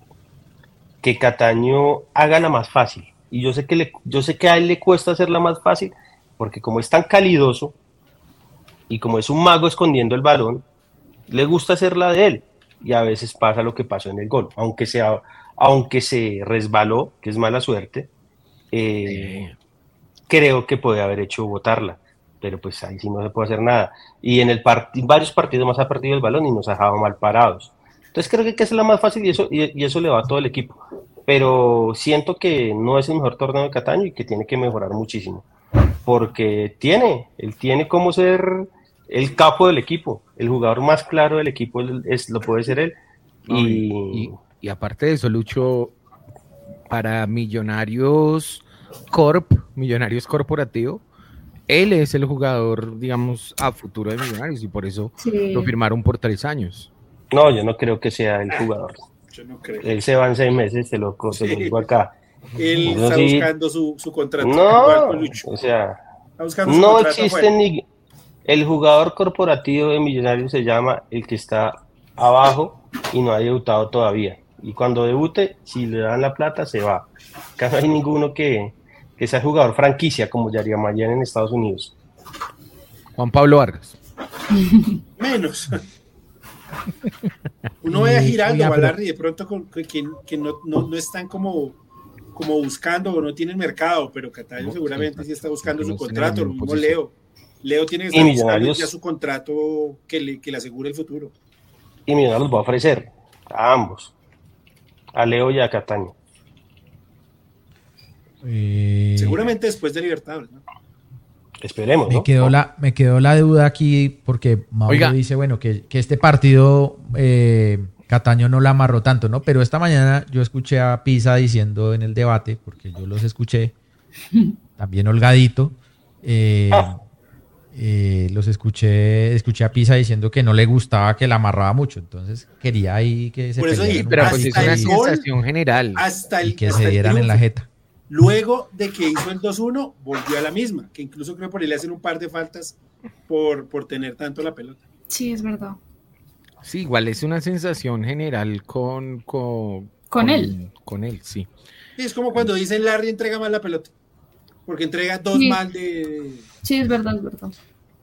Cataño haga la más fácil. Y yo sé que a él le cuesta hacerla más fácil, porque como es tan calidoso y como es un mago escondiendo el balón, le gusta hacerla de él. Y a veces pasa lo que pasó en el gol. Aunque se resbaló, que es mala suerte, creo que puede haber hecho botarla. Pero pues ahí sí no se puede hacer nada. Y en varios partidos más ha perdido el balón y nos ha dejado mal parados. Entonces creo que es la más fácil y eso le va a todo el equipo. Pero siento que no es el mejor torneo de Cataño y que tiene que mejorar muchísimo. Porque él tiene como ser el capo del equipo. El jugador más claro del equipo lo puede ser él. Y aparte de eso, Lucho, para Millonarios Corporativo, él es el jugador, digamos, a futuro de Millonarios y por eso lo firmaron por 3 años. No, yo no creo que sea el jugador. Yo no creo. Él se va en 6 meses, te lo digo acá. Él está buscando su contrato. No, o sea, buscando su No contrato existe afuera. el jugador corporativo de Millonarios se llama el que está abajo y no ha debutado todavía. Y cuando debute, si le dan la plata, se va. Acá no hay ninguno que sea jugador franquicia como Yarier Mayen en Estados Unidos. Juan Pablo Vargas. Menos. Uno ve a Giraldo, oiga, pero- Balardi, de pronto que no están como buscando o no tienen mercado, pero Cataño No, seguramente sí, sí está buscando porque su no están en la contrato, lo misma mismo posición. Leo. Leo tiene que Y estar buscando Millonarios. ya su contrato que le asegure el futuro. Y Millonarios los va a ofrecer a ambos, a Leo y a Cataño. Seguramente después de Libertadores, ¿no? Esperemos, Me ¿no? quedó la duda aquí porque Mauro Oiga. dice, bueno, que este partido Cataño no la amarró tanto, ¿no? Pero esta mañana yo escuché a Pisa diciendo en el debate, porque yo los escuché, también holgadito, los escuché a Pisa diciendo que no le gustaba que la amarraba mucho, entonces quería ahí que se Por eso pelearan dije, un Pero pues es hasta una el gol, sensación general. hasta y que hasta se el dieran en la triunfo. jeta. Luego de que hizo el 2-1, volvió a la misma, que incluso creo por ahí le hacen un par de faltas por tener tanto la pelota. Sí, es verdad. Sí, igual es una sensación general con él. Con él, sí. Y es como cuando dicen Larry entrega mal la pelota, porque entrega dos Sí. mal de... Sí, es verdad, es verdad.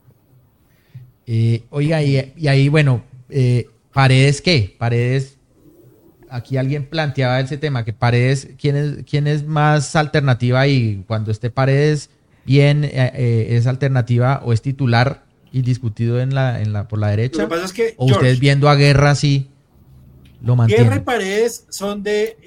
Oiga, y ahí, bueno, Paredes, ¿qué? Paredes, aquí alguien planteaba ese tema, que Paredes, ¿quién es más alternativa? Y cuando esté Paredes bien, ¿es alternativa o es titular indiscutido por la derecha? Lo que pasa es que, ¿O ustedes George, viendo a Guerra así lo Guerra y mantienen? Paredes son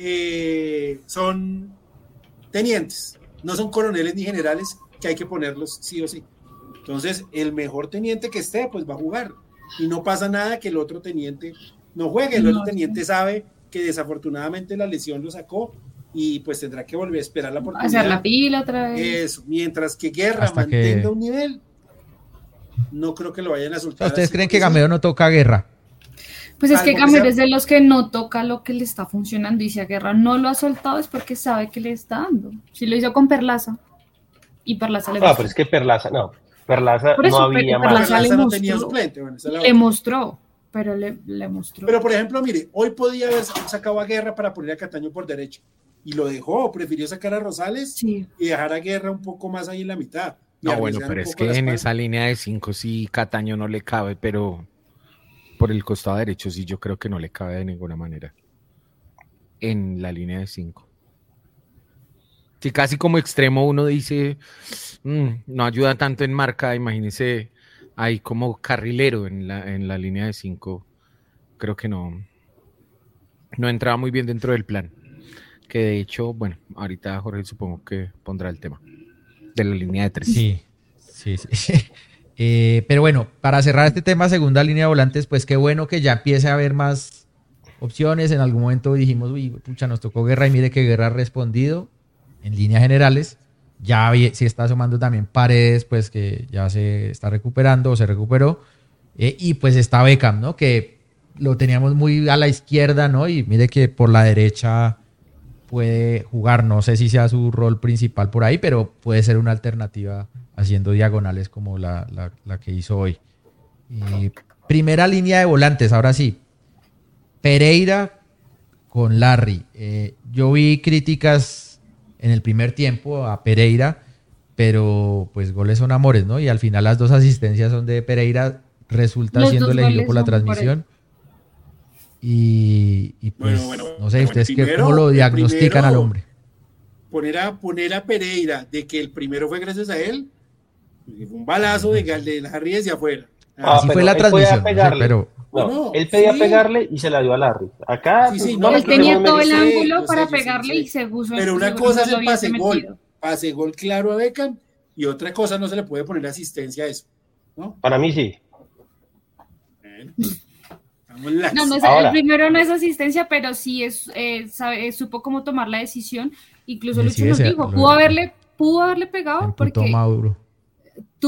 son tenientes, no son coroneles ni generales que hay que ponerlos sí o sí. Entonces, el mejor teniente que esté, pues va a jugar. Y no pasa nada que el otro teniente no juegue. El otro teniente sabe que desafortunadamente la lesión lo sacó y pues tendrá que volver a esperar la oportunidad. Hacer la pila otra vez. Eso, mientras que Guerra Hasta mantenga que- un nivel, no creo que lo vayan a O sea, soltar. ¿ustedes así creen porque que Gamero sí. no toca a Guerra? Pues es que Salvo que Gamero sea- es de los que no toca lo que le está funcionando y si a Guerra no lo ha soltado es porque sabe que le está dando. Si lo hizo con Perlaza y Perlaza le No, gustó. pero es que Perlaza Por eso, no pero había Perlaza más. le Perlaza no mostró. tenía suplente. Bueno, esa es la Le otra. mostró, pero le mostró. Pero, por ejemplo, mire, hoy podía haber sacado a Guerra para poner a Cataño por derecha. Y lo dejó, prefirió sacar a Rosales Sí. y dejar a Guerra un poco más ahí en la mitad. Y No, bueno, arriesgar pero un es poco la que en espalda. esa línea de 5 sí Cataño no le cabe, pero por el costado derecho sí yo creo que no le cabe de ninguna manera. En la línea de 5. Sí, casi como extremo uno dice, no ayuda tanto en marca, imagínese ahí como carrilero en la línea de 5. Creo que no entraba muy bien dentro del plan. Que de hecho, bueno, ahorita Jorge supongo que pondrá el tema de la línea de 3. Sí. Pero bueno, para cerrar este tema, segunda línea de volantes, pues qué bueno que ya empiece a haber más opciones. En algún momento dijimos, uy, pucha, nos tocó Guerra y mire que Guerra ha respondido en líneas generales. Ya se está sumando también Paredes, pues que ya se está recuperando o se recuperó. Y pues está Beckham, ¿no? Que lo teníamos muy a la izquierda, ¿no? Y mire que por la derecha puede jugar, no sé si sea su rol principal por ahí, pero puede ser una alternativa haciendo diagonales como la que hizo hoy. Primera línea de volantes, ahora sí. Pereira con Larry. Yo vi críticas en el primer tiempo a Pereira, pero pues goles son amores, ¿no? Y al final las dos asistencias son de Pereira, resulta Los siendo dos elegido goles por la son por él. transmisión. Y pues, Bueno, no sé, el ¿ustedes primero- cómo lo el diagnostican primero- al hombre? Poner a Pereira de que el primero fue gracias a él, fue un balazo de Larry desde afuera. Así pero fue la él podía transmisión, no sé, pegarle. pero No, Él pedía sí. pegarle y se la dio a Larry. Acá Sí, sí, no no, le Él pero tenía queremos todo el merecer. ángulo yo para sé, yo sé, pegarle yo sé. y se puso. Pero una seguro cosa no es lo el hubiese pase-gol. metido. Pase-gol claro a Beckham y otra cosa no se le puede poner asistencia a eso. ¿No? Para mí sí. Bueno, vamos lax. No, el Ahora. primero no es asistencia, pero sí supo cómo tomar la decisión. Incluso Sí, Lucho nos ese- dijo, lo- pudo haberle se pegado emputó porque Mauro.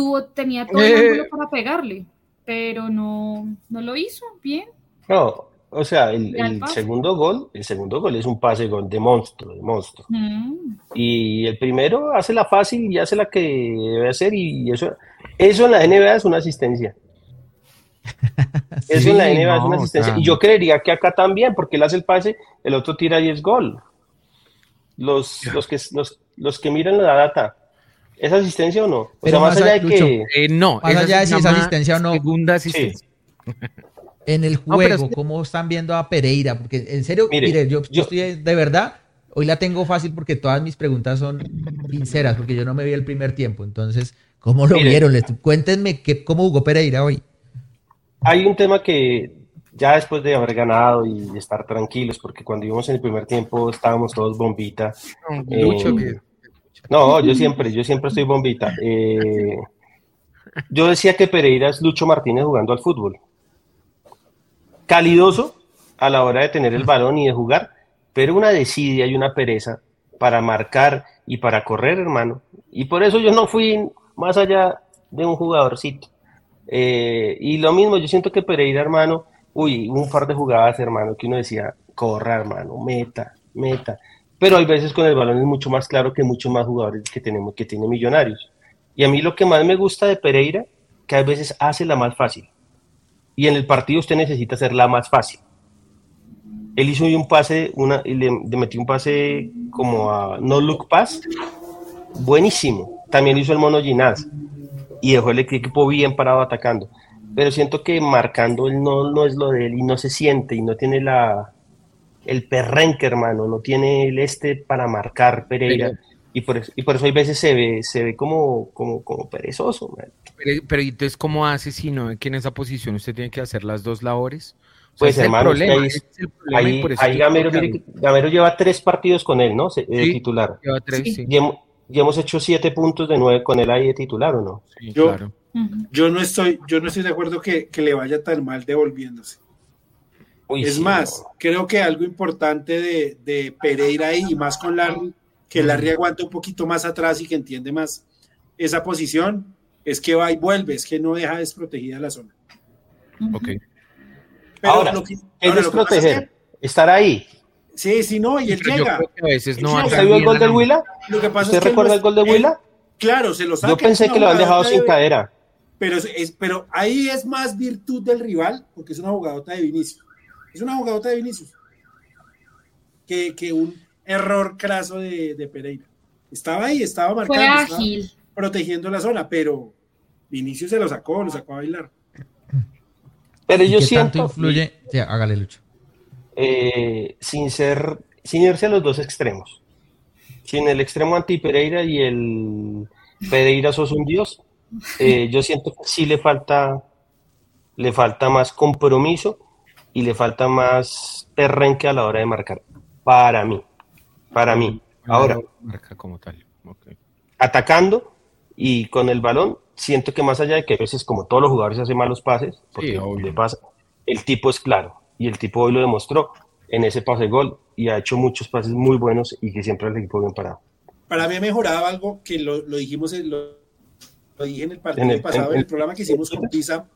tenía todo el ángulo para pegarle, pero no lo hizo bien. No, o sea, Ya el el pase. segundo gol es un pase gol de monstruo, de monstruo. Y el primero hace la fácil y hace la que debe hacer y eso en la NBA es una asistencia. Eso en la Sí, NBA es una no, o asistencia. sea, Y yo creería que acá también, porque él hace el pase, el otro tira y es gol. Los que miran la data, ¿es asistencia o no? O pero sea, más más allá allá, de Lucho, que, No, más esa allá se de si es llama asistencia o no, segunda sí, asistencia. en el No, pero es juego, que, ¿cómo están viendo a Pereira? Porque en serio, mire, mire, yo yo, estoy de verdad, hoy la tengo fácil porque todas mis preguntas son sinceras, porque yo no me vi el primer tiempo. Entonces, ¿cómo lo mire, vieron? Cuéntenme cómo jugó Pereira hoy. hay un tema que ya después de haber ganado y de estar tranquilos, porque cuando íbamos en el primer tiempo estábamos todos bombita. Lucho, que No, yo siempre estoy bombita. Yo decía que Pereira es Lucho Martínez jugando al fútbol. Calidoso a la hora de tener el balón y de jugar, pero una desidia y una pereza para marcar y para correr, hermano. Y por eso yo no fui más allá de un jugadorcito. Y lo mismo, yo siento que Pereira, hermano, un par de jugadas, hermano, que uno decía, corra, hermano, meta, meta. Pero hay veces con el balón es mucho más claro que muchos más jugadores que tiene Millonarios. Y a mí lo que más me gusta de Pereira, que a veces hace la más fácil. Y en el partido usted necesita hacerla más fácil. Él hizo un pase, le metió un pase como a no look pass, buenísimo. También hizo el Mono Ginás y dejó el equipo bien parado atacando. Pero siento que marcando él no es lo de él y no se siente y no tiene el perrenque, hermano, no tiene el para marcar Pereira. pero, Y por eso hay veces se ve como perezoso, man. pero entonces, ¿cómo hace si no ve que en esa posición usted tiene que hacer las dos labores? O sea, Pues hermano, es que ese es el problema y por eso ahí yo creo Gamero, que mire que Gamero lleva 3 partidos con él, ¿no? De sí, titular. lleva 3, Sí. sí, Y hemos hecho 7 puntos de 9 con él ahí de titular, ¿o no? sí, Yo, claro. yo no estoy de acuerdo que le vaya tan mal devolviéndose. Uy, Es sí, más, no. creo que algo importante de Pereira ahí, y más con Larry, que Larry aguanta un poquito más atrás y que entiende más esa posición, es que va y vuelve, es que no deja desprotegida la zona. Ok. Pero Ahora, lo que es pasa es desproteger, que, estar ahí. sí, no, y él Pero yo llega. creo que a veces Él no llega. anda ¿Usted vio el bien gol a del la- Huila? Lo que pasa ¿Usted es que recuerda el gol de Huila? claro, se lo saca. Yo pensé es que una lo han dejado jugadota sin cadera. pero ahí es más virtud del rival, porque es una jugadota de Vinicius. Es una jugadota de Vinicius. Que un error craso de Pereira. Estaba ahí, estaba Fue marcando, estaba ágil. protegiendo la zona, pero Vinicius se lo sacó a bailar. Pero ¿Y yo qué tanto siento, influye? Sí, hágale, Lucho. sin irse a los dos extremos, sin el extremo anti Pereira y el Pereira sos un dios, yo siento que sí le falta más compromiso y le falta más perrenque a la hora de marcar. Para mí, para mí. Ahora, marca como tal. Okay. atacando y con el balón, siento que más allá de que a veces, como todos los jugadores, hacen malos pases, porque Sí, obvio. le pasa, el tipo es claro y el tipo hoy lo demostró en ese pase gol y ha hecho muchos pases muy buenos y que siempre el equipo bien parado. Para mí ha mejorado algo que lo dijimos, lo dije en el partido En el- pasado, en- en el programa que hicimos con Pisa,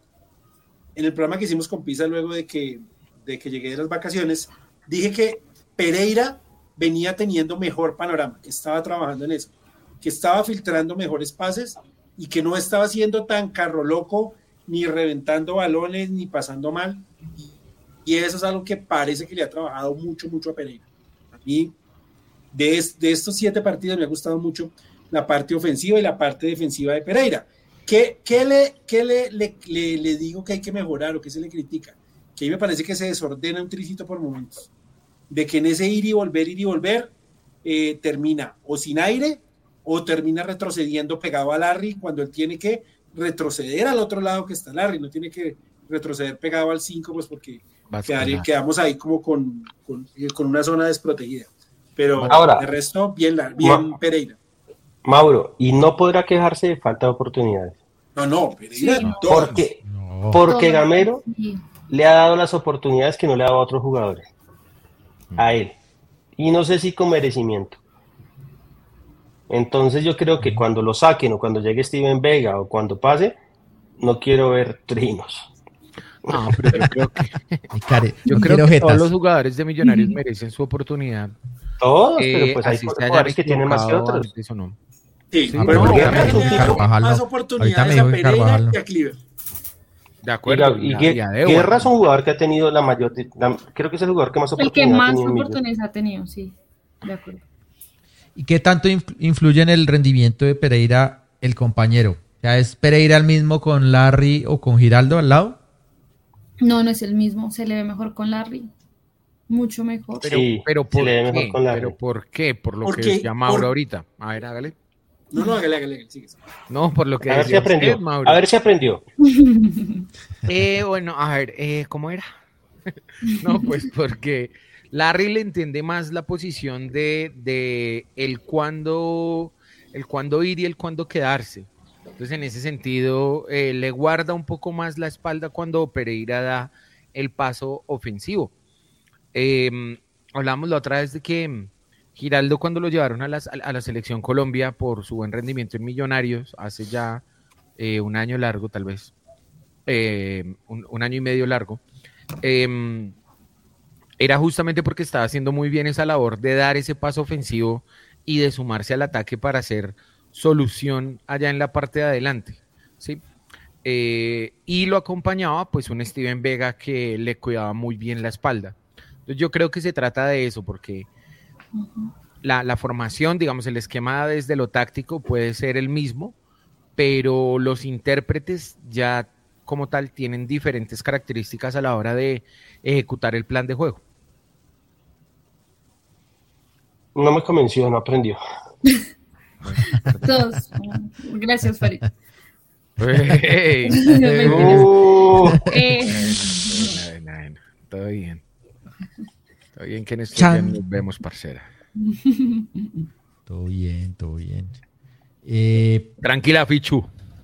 luego de que llegué de las vacaciones, dije que Pereira venía teniendo mejor panorama, que estaba trabajando en eso, que estaba filtrando mejores pases y que no estaba siendo tan carro loco, ni reventando balones, ni pasando mal. Y eso es algo que parece que le ha trabajado mucho, mucho a Pereira. A mí, de estos 7 partidos, me ha gustado mucho la parte ofensiva y la parte defensiva de Pereira. ¿Qué le digo que hay que mejorar o qué se le critica? Que ahí me parece que se desordena un tricito por momentos. De que en ese ir y volver, termina o sin aire o termina retrocediendo pegado a Larry cuando él tiene que retroceder al otro lado que está Larry, no tiene que retroceder pegado al 5, pues porque quedamos ahí como con una zona desprotegida. Pero ahora, de resto, bien Pereira. Mauro, y no podrá quejarse de falta de oportunidades. No, Pereira, Sí, no. Porque Gamero Sí. le ha dado las oportunidades que no le ha dado a otros jugadores. A él. Y no sé si con merecimiento. Entonces yo creo que cuando lo saquen o cuando llegue Steven Vega o cuando pase, no quiero ver trinos. No, pero yo creo que, yo creo que todos los jugadores de Millonarios merecen su oportunidad. Todos, pero pues hay así se jugadores que hayan tienen más que equivocado otros. antes o no. Sí, Ah, pero pero porque ahorita me dijo que Carvajal más no. oportunidades Ahorita me a dijo que Pereira Carvajal no. y a Cliver. De acuerdo. Y a Deu. Guerra es un jugador que ha tenido la mayor, creo que es el jugador que más El que oportunidades ha más tenido en Millos. oportunidades ha tenido, sí. De acuerdo. ¿Y qué tanto influye en el rendimiento de Pereira el compañero? O sea, ¿es Pereira el mismo con Larry o con Giraldo al lado? No, no es el mismo. Se le ve mejor con Larry. Mucho mejor. Pero se ¿por le ve qué? mejor con Larry. ¿Pero por qué? Por lo Porque- que decía Mauro por- ahorita. A ver, hágale. No, hágale, sigue. No, por lo que A ver si decía aprendió. usted, Mauro. A ver si aprendió. Bueno, a ver, ¿cómo era? No, pues porque Larry le entiende más la posición de el cuándo ir y el cuándo quedarse. Entonces, en ese sentido, le guarda un poco más la espalda cuando Pereira da el paso ofensivo. Hablamos la otra vez de que Giraldo, cuando lo llevaron a la selección Colombia por su buen rendimiento en Millonarios, hace ya un año largo, tal vez, un año y medio largo, era justamente porque estaba haciendo muy bien esa labor de dar ese paso ofensivo y de sumarse al ataque para hacer solución allá en la parte de adelante, ¿sí? Y lo acompañaba pues un Steven Vega que le cuidaba muy bien la espalda. Entonces yo creo que se trata de eso, porque la formación, digamos, el esquema desde lo táctico puede ser el mismo, pero los intérpretes ya como tal tienen diferentes características a la hora de ejecutar el plan de juego. No me convenció, no aprendió. Todos. Gracias, Farid. Hey. Todo bien. Todo bien que en estos días nos vemos, parcera. Todo bien, todo bien. Tranquila, Fichu.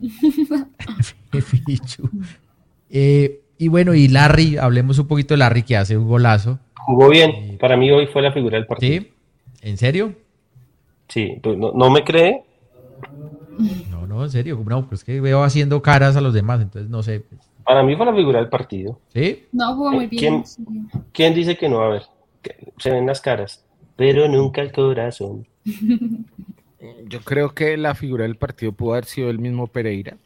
Fichu. Y bueno, y Larry, hablemos un poquito de Larry, que hace un golazo. Jugó bien. Para mí hoy fue la figura del partido. ¿Sí? ¿En serio? Sí, ¿no me cree? No, en serio. No, pues que veo haciendo caras a los demás, entonces no sé. Para mí fue la figura del partido. ¿Sí? No, jugó muy bien. ¿Quién dice que no? A ver, se ven las caras, pero nunca el corazón. Yo creo que la figura del partido pudo haber sido el mismo Pereira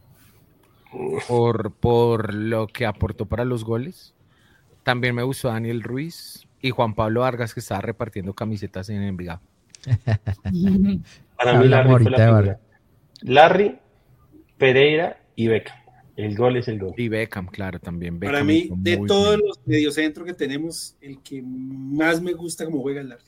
por lo que aportó para los goles. También me gustó Daniel Ruiz y Juan Pablo Vargas, que estaba repartiendo camisetas en Envigado. Para mí Larry fue la figura. Larry, Pereira y Beckham. El gol es el gol. Y Beckham, claro, también. Beckham Para mí, de todos los mediocentros que tenemos, el que más me gusta como juega el Larry.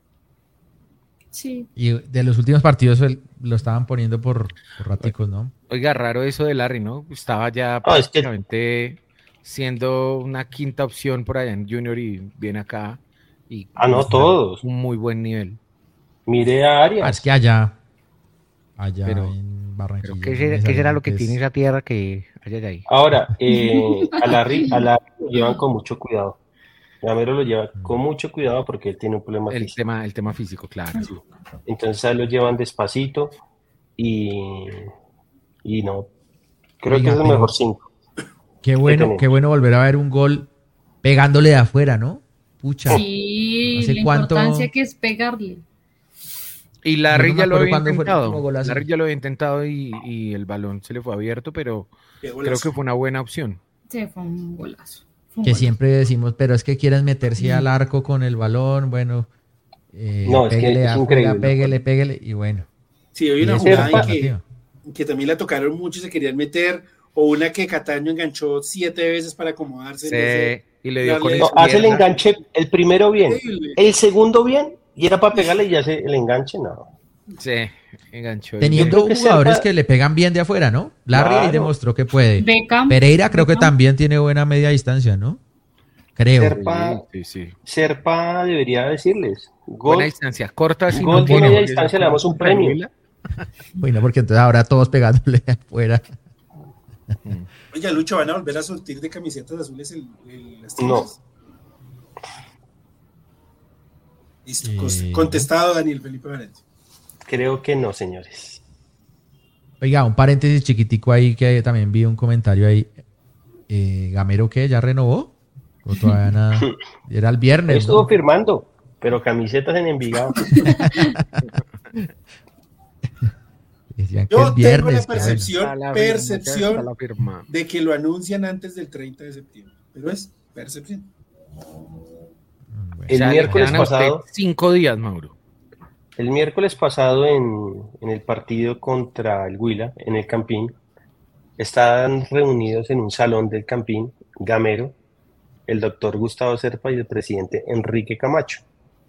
Sí. Y de los últimos partidos lo estaban poniendo por raticos, ¿no? Oiga, raro eso de Larry, ¿no? Estaba ya prácticamente siendo una quinta opción por allá en Junior y viene acá. Y no, todos. Un muy buen nivel. Miré a Arias. Es que allá pero, en Barranquilla. ¿Qué será lo que tiene esa tierra que hay ahí? Ahora, a Larry lo llevan con mucho cuidado. Gamero lo lleva con mucho cuidado porque él tiene un problema físico. El tema físico, claro. Sí. Entonces a él lo llevan despacito y no. Creo que es el mejor 5. Qué bueno volver a ver un gol pegándole de afuera, ¿no? Pucha. Sí, la importancia que es pegarle. Y Larry ya lo había intentado. Larry ya lo había intentado y el balón se le fue abierto, pero creo que fue una buena opción. Sí, fue un golazo. Que siempre decimos, pero es que quieren meterse al arco con el balón, bueno, no, es pégale que es increíble. Pégale, y bueno. Sí, había una jugada que también la tocaron mucho y se querían meter, o una que Cataño enganchó 7 veces para acomodarse. Sí, y le dio con hace el enganche, el primero bien, el segundo bien, y era para pegarle y ya hace el enganche, no. Sí, enganchó. Teniendo jugadores que le pegan bien de afuera, ¿no? Larry ahí demostró que puede. Beckham, Pereira creo que también tiene buena media distancia, ¿no? Creo. Serpa debería decirles. Buena distancia, corta. Gol de media distancia le damos un premio. Bueno, porque entonces ahora todos pegándole afuera. Oye, Lucho, ¿van a volver a surtir de camisetas azules las tiendas? No. Listo, contestado Daniel Felipe Valencia. Creo que no, señores. Oiga, un paréntesis chiquitico ahí que también vi un comentario ahí. ¿Gamero qué? ¿Ya renovó? ¿O todavía nada? Era el viernes, Estuvo ¿no? firmando, pero camisetas en Envigado. Decían que Yo el viernes. tengo la percepción la firma. de que lo anuncian antes del 30 de septiembre, pero es percepción. Bueno, El O sea, le miércoles quedan a usted pasado, 5 días, Mauro. el miércoles pasado en el partido contra el Huila, en el Campín, estaban reunidos en un salón del Campín, Gamero, el doctor Gustavo Serpa y el presidente Enrique Camacho.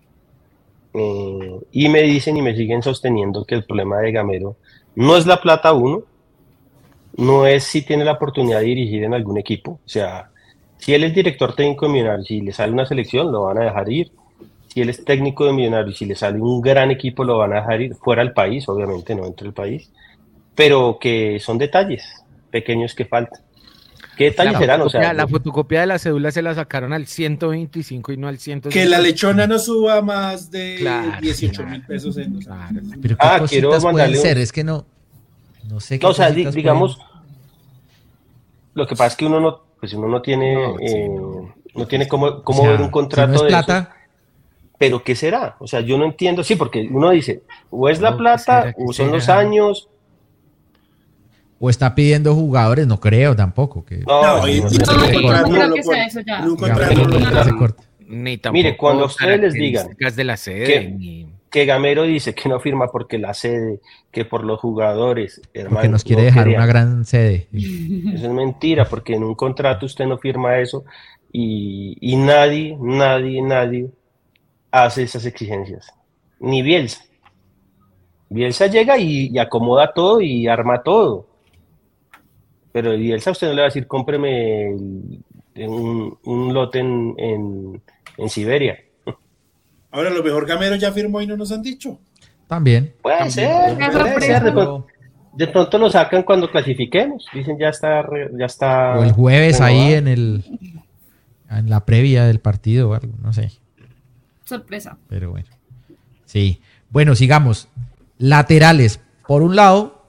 Y me dicen y me siguen sosteniendo que el problema de Gamero no es la plata uno, no es si tiene la oportunidad de dirigir en algún equipo. O sea, si él es director técnico de Millonarios y le sale una selección, lo van a dejar ir. Si él es técnico de Millonarios y si le sale un gran equipo, lo van a dejar ir fuera del país, obviamente, no dentro del país. Pero que son detalles pequeños que faltan. ¿Qué detalles serán? O sea, La fotocopia de la cédula se la sacaron al 125 y no al 150. Que la lechona no suba más de Claro, 18.000 pesos en los Claro. pero qué quiero cositas pueden mandarle un- ser, es que no sé qué no, o sea, cositas digamos, lo que pasa es que uno no, pues uno no tiene, No, sí, no tiene cómo pueden- o sea, ver un contrato si no es de plata, eso. Pero ¿qué será? O sea, yo no entiendo, sí, porque uno dice, o es la No, ¿qué plata, será? ¿Qué o son los será? años. o está pidiendo jugadores, no creo tampoco. Que, No, y- no, y- no, No, no, yo contrato no creo no que lo sea pone. eso ya. En un digamos, contrato que no lo se pone. corta. Ni tampoco Mire, cuando ustedes les digan características de la sede, que- ni- que Gamero dice que no firma porque la sede, que por los jugadores, hermano, Porque nos quiere no dejar quería. una gran sede. Eso es mentira, porque en un contrato usted no firma eso y nadie hace esas exigencias. Ni Bielsa. Bielsa llega y acomoda todo y arma todo. Pero Bielsa usted no le va a decir, cómpreme un lote en Siberia. Ahora, lo mejor Gamero ya firmó y no nos han dicho. También. Puede ser, Qué puede sorpresa. ser. De pronto lo sacan cuando clasifiquemos. Dicen, ya está. O el jueves ahí renovado. en la previa del partido o algo, no sé. Sorpresa. Pero bueno. Sí. Bueno, sigamos. Laterales. Por un lado,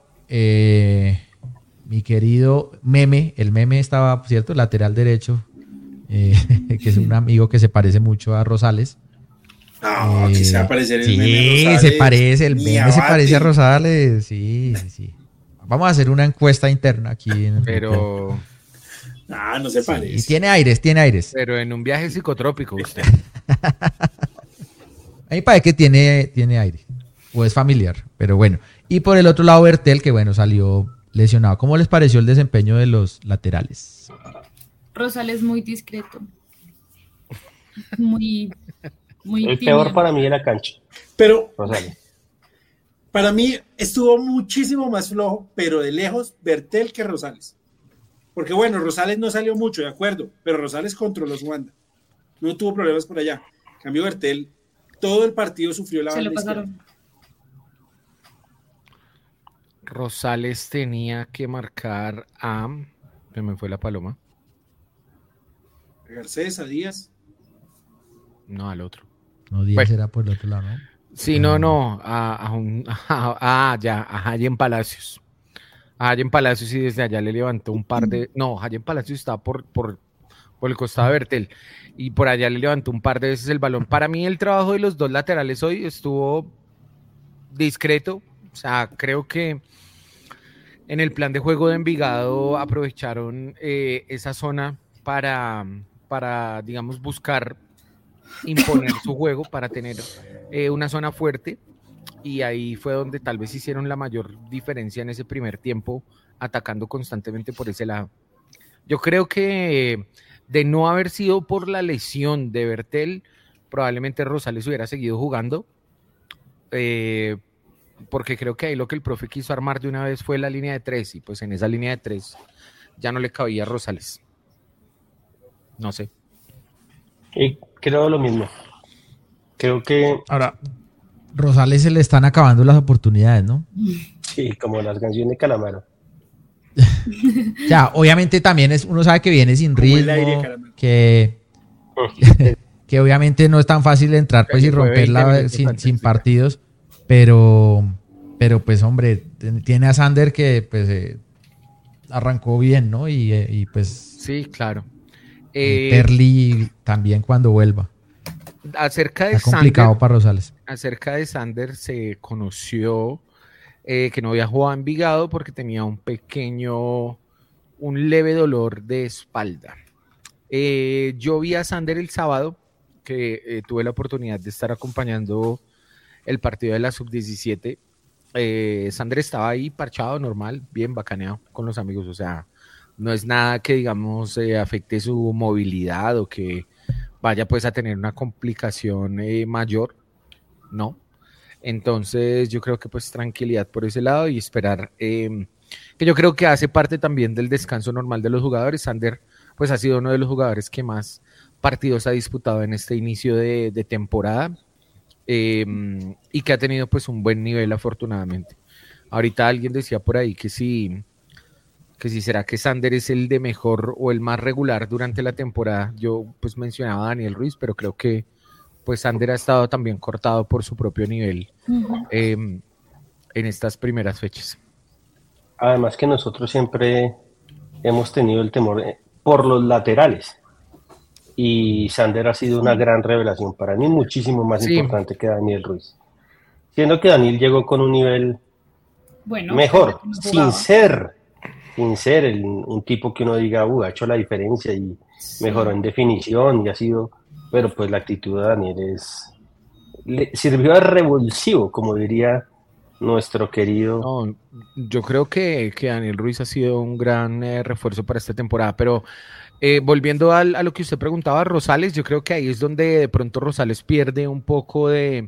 mi querido Meme, el Meme estaba, ¿cierto? Lateral derecho, que es un amigo que se parece mucho a Rosales. No, que se va a parecer el sí, meme Rosales. se parece, el Ni Meme se abate. parece a Rosales. Sí. Vamos a hacer una encuesta interna aquí en el grupo. pero, Ah, no se Y parece. tiene aires. pero en un viaje psicotrópico usted. A mí parece que tiene aire. O es familiar, pero bueno. Y por el otro lado, Bertel, que bueno, salió lesionado. ¿Cómo les pareció el desempeño de los laterales? Rosales muy discreto. Muy El tímido. peor para mí de la cancha, Pero Rosales. para mí estuvo muchísimo más flojo, pero de lejos, Bertel que Rosales. Porque bueno, Rosales no salió mucho, de acuerdo, pero Rosales controló su banda. No tuvo problemas por allá. En cambio, Bertel, todo el partido sufrió la Se banda lo izquierda. pasaron. Rosales tenía que marcar a... Se me fue la paloma. Garcés, a Díaz. No, al otro. No, Díaz Bueno. era por el otro lado, ¿no? Sí, no. A Jayen Palacios. A Jayen Palacios y desde allá le levantó un par de... No, Jayen Palacios está por el costado de Bertel. Y por allá le levantó un par de veces el balón. Para mí el trabajo de los dos laterales hoy estuvo discreto. O sea, creo que en el plan de juego de Envigado aprovecharon esa zona para, digamos, buscar imponer su juego, para tener una zona fuerte, y ahí fue donde tal vez hicieron la mayor diferencia en ese primer tiempo, atacando constantemente por ese lado. Yo creo que de no haber sido por la lesión de Bertel, probablemente Rosales hubiera seguido jugando, porque creo que ahí lo que el profe quiso armar de una vez fue la línea de 3, y pues en esa línea de 3 ya no le cabía a Rosales. No sé. Y creo lo mismo. Creo que, Ahora, Rosales se le están acabando las oportunidades, ¿no? sí, como las canciones de Calamaro. Ya, obviamente también uno sabe que viene sin Como el ritmo, aire, caramelo. que obviamente no es tan fácil entrar pues y Fue 20 romperla minutos sin antes, partidos, pero pues hombre, tiene a Sander que pues arrancó bien, ¿no? Y pues Sí, claro. Terli también cuando vuelva. Acerca de Está complicado Sander, para Rosales. acerca de Sander se conoció que no había jugado a Envigado porque tenía un leve dolor de espalda. Yo vi a Sander el sábado, que tuve la oportunidad de estar acompañando el partido de la Sub-17. Sander estaba ahí parchado, normal, bien bacaneado con los amigos, o sea, no es nada que, digamos, afecte su movilidad o que vaya pues a tener una complicación mayor, no. Entonces yo creo que pues tranquilidad por ese lado y esperar, que yo creo que hace parte también del descanso normal de los jugadores. Sander pues ha sido uno de los jugadores que más partidos ha disputado en este inicio de temporada, y que ha tenido pues un buen nivel afortunadamente. Ahorita alguien decía por ahí que si será que Sander es el de mejor o el más regular durante la temporada. Yo pues mencionaba a Daniel Ruiz, pero creo que pues Sander ha estado también cortado por su propio nivel en estas primeras fechas. Además que nosotros siempre hemos tenido el temor por los laterales. Y Sander ha sido una gran revelación para mí, muchísimo más importante que Daniel Ruiz. Siendo que Daniel llegó con un nivel mejor, sin ser un tipo que uno diga, ha hecho la diferencia y mejoró en definición y ha sido, pero pues la actitud de Daniel le sirvió de revulsivo, como diría nuestro querido. No, yo creo que Daniel Ruiz ha sido un gran refuerzo para esta temporada, pero volviendo a lo que usted preguntaba, Rosales, yo creo que ahí es donde de pronto Rosales pierde un poco de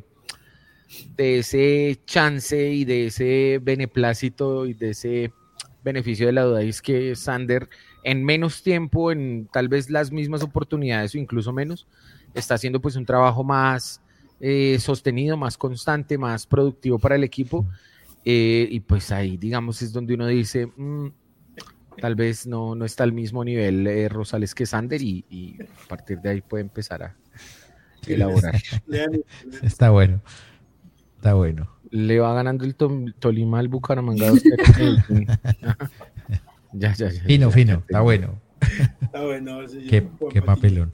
ese chance y de ese beneplácito y de ese beneficio de la duda, y es que Sander en menos tiempo, en tal vez las mismas oportunidades o incluso menos, está haciendo pues un trabajo más sostenido, más constante, más productivo para el equipo, y pues ahí digamos es donde uno dice tal vez no está al mismo nivel Rosales que Sander, y a partir de ahí puede empezar a elaborar. Está bueno. Le va ganando el Tolima al Bucaramanga. Ya. Fino, está bueno. Está bueno. Qué papelón.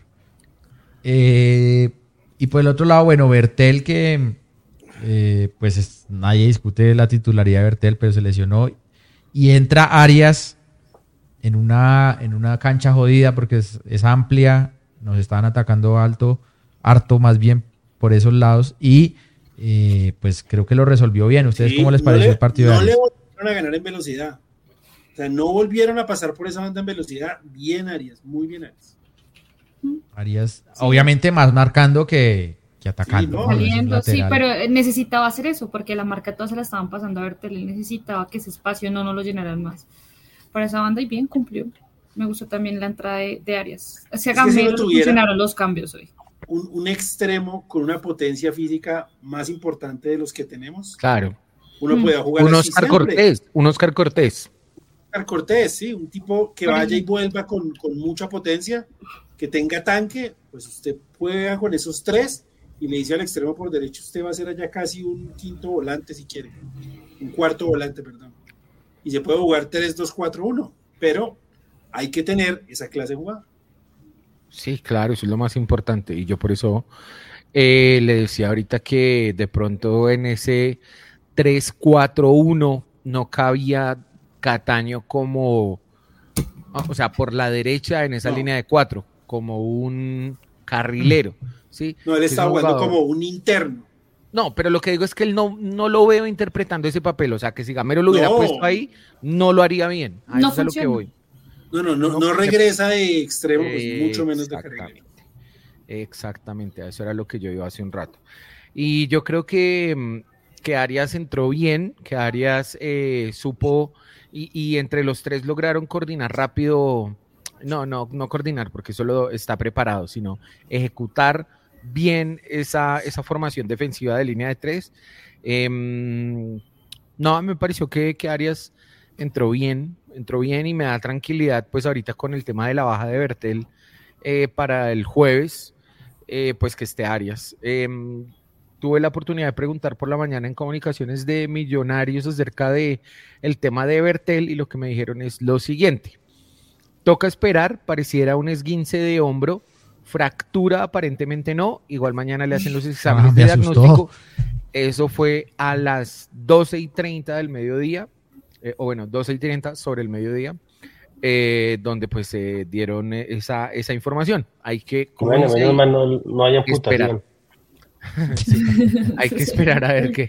Y por el otro lado, bueno, Bertel, que pues nadie discute la titularidad de Bertel, pero se lesionó. Y entra Arias en una cancha jodida porque es amplia, nos estaban atacando harto más bien por esos lados, y pues creo que lo resolvió bien. ¿Ustedes cómo les pareció el partido de Arias? No le volvieron a ganar en velocidad. O sea, no volvieron a pasar por esa banda en velocidad. Bien Arias, muy bien Arias. Arias, sí, obviamente más marcando que atacando. Sí, pero necesitaba hacer eso, porque la marca toda se la estaban pasando a Bertel. Él necesitaba que ese espacio no lo llenaran más. Para esa banda, y bien, cumplió. Me gustó también la entrada de Arias. Funcionaron los cambios hoy. Un extremo con una potencia física más importante de los que tenemos. Claro. Uno puede jugar un Oscar Cortés. Oscar Cortés, sí, un tipo que vaya y vuelva con mucha potencia, que tenga tanque, pues usted juega con esos tres y le dice al extremo por derecho, usted va a ser allá casi un quinto volante si quiere, un cuarto volante, perdón. Y se puede jugar 3-2-4-1, pero hay que tener esa clase de jugada. Sí, claro, eso es lo más importante, y yo por eso le decía ahorita que de pronto en ese 3-4-1 no cabía Cataño como, o sea, por la derecha en esa línea de 4, como un carrilero, ¿sí? No, él está jugando como un interno. No, pero lo que digo es que él no lo veo interpretando ese papel, o sea, que si Gamero lo hubiera puesto ahí, no lo haría bien. A eso es a lo que voy. No regresa de extremo, pues mucho menos de carrilero. Exactamente, a eso era lo que yo iba hace un rato. Y yo creo que Arias entró bien, que Arias supo, y entre los tres lograron coordinar rápido, no coordinar porque solo está preparado, sino ejecutar bien esa formación defensiva de línea de 3. Me pareció que Arias entró bien y me da tranquilidad pues ahorita con el tema de la baja de Bertel para el jueves, pues que esté Arias. tuve la oportunidad de preguntar por la mañana en comunicaciones de Millonarios acerca de el tema de Bertel y lo que me dijeron es lo siguiente. Toca esperar, pareciera un esguince de hombro, fractura aparentemente no, igual mañana le hacen los exámenes de diagnóstico. Eso fue a las 12:30 del mediodía, 12:30 sobre el mediodía, donde pues se dieron esa información. Hay que, bueno, menos mal no hay amputación. Sí, hay que esperar a ver qué.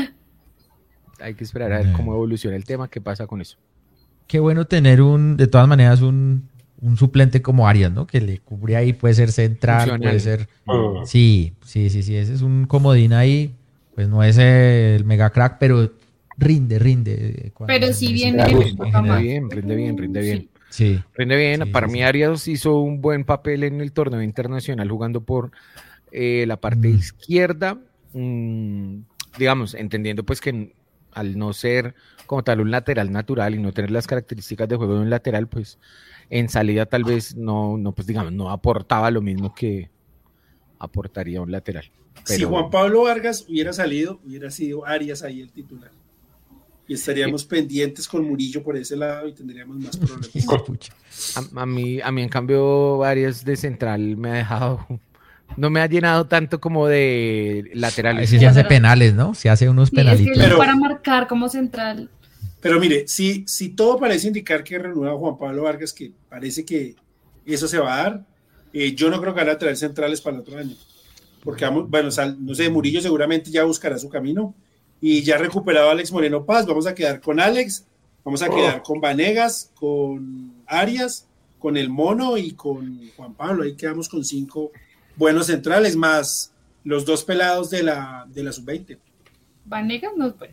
Hay que esperar a ver cómo evoluciona el tema, qué pasa con eso. Qué bueno tener de todas maneras, un suplente como Arias, ¿no? Que le cubre ahí, puede ser central, funcional. Puede ser... Sí, ese es un comodín ahí, pues no es el mega crack, pero rinde. Pero sí viene rinde bien. Sí. Rinde bien, sí, para mí Arias hizo un buen papel en el torneo internacional jugando por la parte izquierda, digamos, entendiendo pues que al no ser como tal un lateral natural y no tener las características de juego de un lateral, pues en salida tal vez no pues digamos, no aportaba lo mismo que aportaría un lateral. Pero... Si Juan Pablo Vargas hubiera salido, hubiera sido Arias ahí el titular. Y estaríamos pendientes con Murillo por ese lado y tendríamos más problemas. A mí en cambio Arias de central me ha dejado... No me ha llenado tanto como de laterales. A veces se hace penales, ¿no? Se hace unos penalitos. Es que para marcar como central. Pero mire, si todo parece indicar que renueva Juan Pablo Vargas, que parece que eso se va a dar, yo no creo que van a traer centrales para el otro año. Porque, bueno, no sé, Murillo seguramente ya buscará su camino. Y ya recuperado a Alex Moreno Paz, vamos a quedar con Alex, vamos a quedar con Vanegas, con Arias, con el Mono y con Juan Pablo. Ahí quedamos con 5 buenos centrales, más los 2 pelados de la sub-20. Vanegas no es bueno.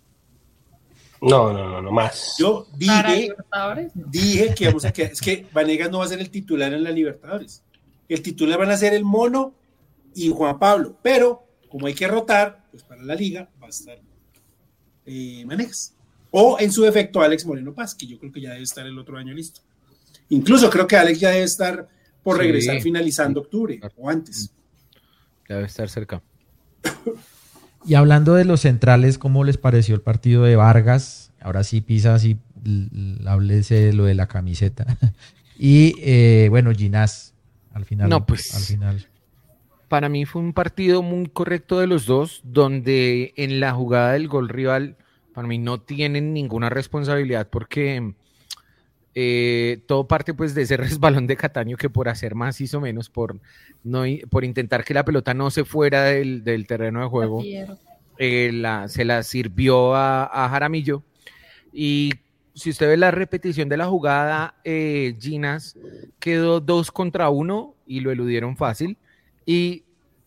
No, más. Yo dije que vamos a quedar, es que Vanegas no va a ser el titular en la Libertadores. El titular van a ser el Mono y Juan Pablo, pero como hay que rotar, pues para la liga va a estar Vanegas. O en su defecto Alex Moreno Paz, que yo creo que ya debe estar el otro año listo. Incluso creo que Alex ya debe estar por regresar finalizando octubre o antes. Debe estar cerca. Y hablando de los centrales, ¿cómo les pareció el partido de Vargas? Ahora sí, Pisa, sí, háblese de lo de la camiseta. Y bueno, Ginás, al final. No, pues, al final. Para mí fue un partido muy correcto de los dos, donde en la jugada del gol rival, para mí no tienen ninguna responsabilidad porque... todo parte pues de ese resbalón de Cataño que por hacer más hizo menos, por intentar que la pelota no se fuera del terreno de juego, se la sirvió a Jaramillo. Y si usted ve la repetición de la jugada, Ginás quedó 2 contra 1 y lo eludieron fácil, y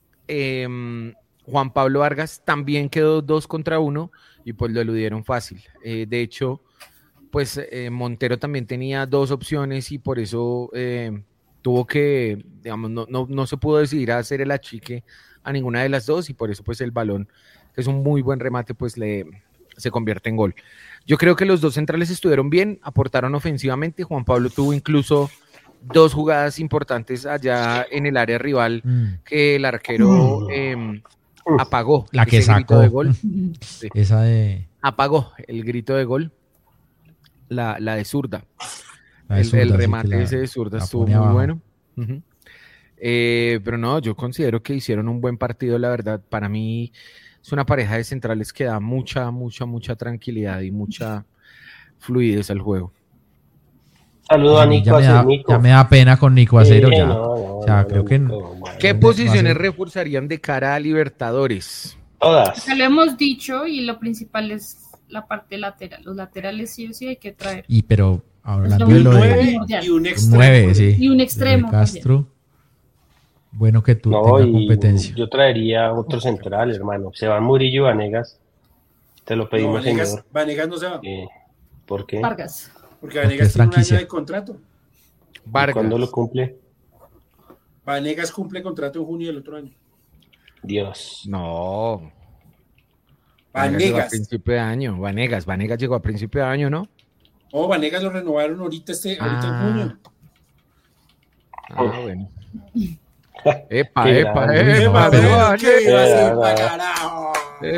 Juan Pablo Vargas también quedó 2 contra 1 y pues lo eludieron fácil. De hecho, pues Montero también tenía 2 opciones y por eso tuvo que, digamos, no se pudo decidir a hacer el achique a ninguna de las dos y por eso pues el balón, que es un muy buen remate, pues se convierte en gol. Yo creo que los 2 centrales estuvieron bien, aportaron ofensivamente. Juan Pablo tuvo incluso 2 jugadas importantes allá en el área rival que el arquero apagó. La que sacó. Grito de gol. Sí. Esa de... Apagó el grito de gol. La de zurda. El remate ese de zurda estuvo muy bueno. Uh-huh. Pero no, yo considero que hicieron un buen partido, la verdad. Para mí es una pareja de centrales que da mucha tranquilidad y mucha fluidez al juego. Saludo a Nico. Ya me da pena con Nico Acero. Creo que no. ¿Qué posiciones reforzarían de cara a Libertadores? Todas. Ya lo hemos dicho y lo principal es la parte lateral. Los laterales sí o sí hay que traer. Pero hablando de lo de... Y un extremo. 9, sí. Y un extremo. Castro. Bueno que tú tengas competencia. Yo traería otro central, hermano. Se van Murillo y Vanegas. Te lo pedimos, señor. Vanegas no se va. ¿Por qué? Vargas. Porque Vanegas tiene un año de contrato. Vargas. ¿Cuándo lo cumple? Vanegas cumple contrato en junio del otro año. Dios. No. Vanegas llegó a principio de año. Vanegas llegó a principio de año, ¿no? Oh, Vanegas lo renovaron ahorita en junio. Bueno. Epa, Qué epa, grande. epa, Pero, epa, ¿qué iba a ya, decir, pa' ya. carajo?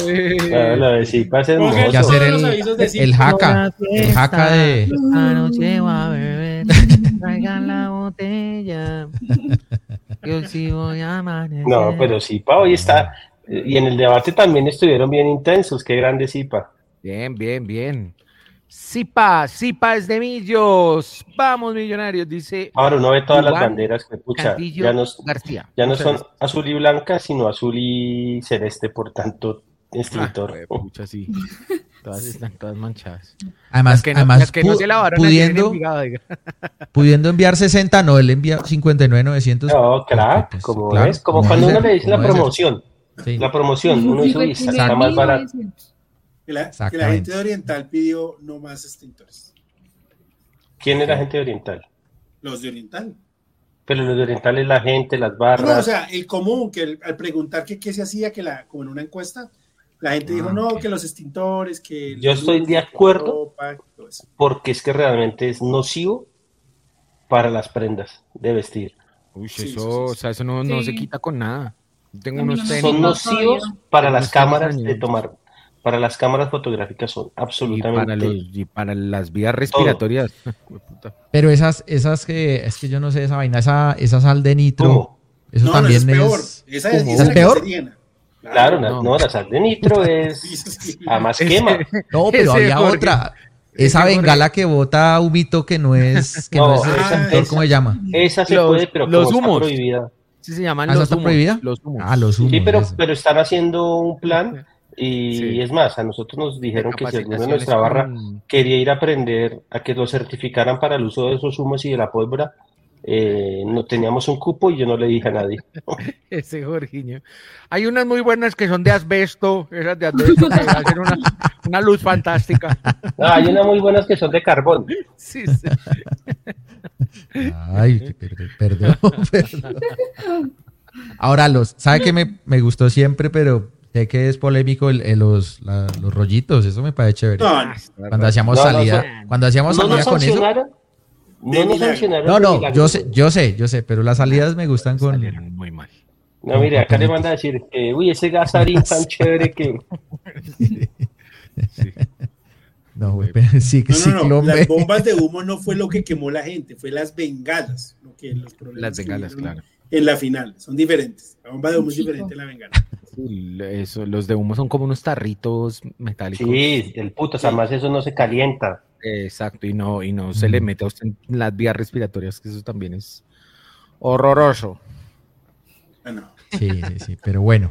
Lo de Zipa es Porque Hay que hermoso. hacer todos los avisos de el jaca. El jaca de. Anoche va a beber, traigan la botella. Yo sí voy a amanecer. No, pero Zipa hoy está. Y en el debate también estuvieron bien intensos. Qué grande Zipa. Bien, bien, bien. Zipa es de Millos. Vamos, Millonarios, dice Ahora uno ve todas las Iván banderas que pucha, Cantillo García. ya no Muchas son gracias. azul y blanca, sino azul y celeste, por tanto, extintor. Pucha, sí. Todas están todas manchadas. Además, Las que no se lavaron ayer en Envigado, diga. pudiendo enviar 60, no, él envía 59,900. No, claro, Pues, como claro, es, como como cuando debe uno ser, le dice la como debe ser. promoción. Sí. La promoción, uno dice, uy, está más barato. Que la gente Exactamente. de Oriental pidió no más extintores. ¿Quién es la gente de Oriental? Los de Oriental. Pero los de Oriental es la gente, las No, o barras. sea, el común, que al preguntar que qué se hacía, como en una encuesta, la gente dijo, no, que los extintores, que... Yo estoy de acuerdo, porque es que realmente es nocivo para las prendas de vestir. Uy, Sí, eso, o sea, eso no se Sí. quita con nada. Yo tengo A mí unos no me tenis. Son no, nocivos todavía. para Tengo las unos tenis cámaras de dañados. tomar. Para las cámaras fotográficas son absolutamente. Y para las vías respiratorias. Puta. Pero esas que, es que yo no sé esa vaina, esa sal de nitro, ¿Cómo? eso No, también es peor. es. Esa ¿Cómo? es ¿Es la peor? cancerígena. Claro, no. no, la sal de nitro Sí, es. sí. Además quema. No, pero Ese había Jorge. otra. Ese Esa Jorge. bengala que bota humito que no es, No, el esa- extintor, ¿cómo se llama? Esa se Los- puede, pero los como está humos. prohibida. Sí se llaman ¿Esa los está humos. prohibida? Los humos. Ah, los humos. Sí, eso. pero están haciendo un plan y Sí. es más, a nosotros nos dijeron que si alguno de nuestra Capacitaciones barra con- quería ir a aprender a que lo certificaran para el uso de esos humos y de la pólvora, no teníamos un cupo y yo no le dije a nadie. Ese Jorginho. Hay unas muy buenas que son de asbesto, esas de asbesto que hacen una luz fantástica. Hay unas muy buenas que son de carbón. Sí, sí. Ay, perdón. Ahora, ¿sabe qué me gustó siempre, pero sé que es polémico los rollitos? Eso me parece chévere. No, Cuando hacíamos No, no, salida, cuando hacíamos No salida nos con eso. sancionaron. No nos sancionaron. No, de no, milagro. yo sé, pero las salidas me gustan con. Salieron muy mal. No, mire, acá le manda a decir que, uy, ese gasarín tan chévere que. No, güey, sí, no, ciclón las B. bombas de humo no fue lo que quemó la gente, fue las bengalas. Los problemas Las bengalas, que hubieron claro. En la final, son diferentes. La bomba de humo es diferente a la bengala. Sí, eso, los de humo son como unos tarritos metálicos. Sí, el puto, además eso no se calienta. Exacto, y no se le mete a usted en las vías respiratorias, que eso también es horroroso. Bueno, Sí, pero bueno.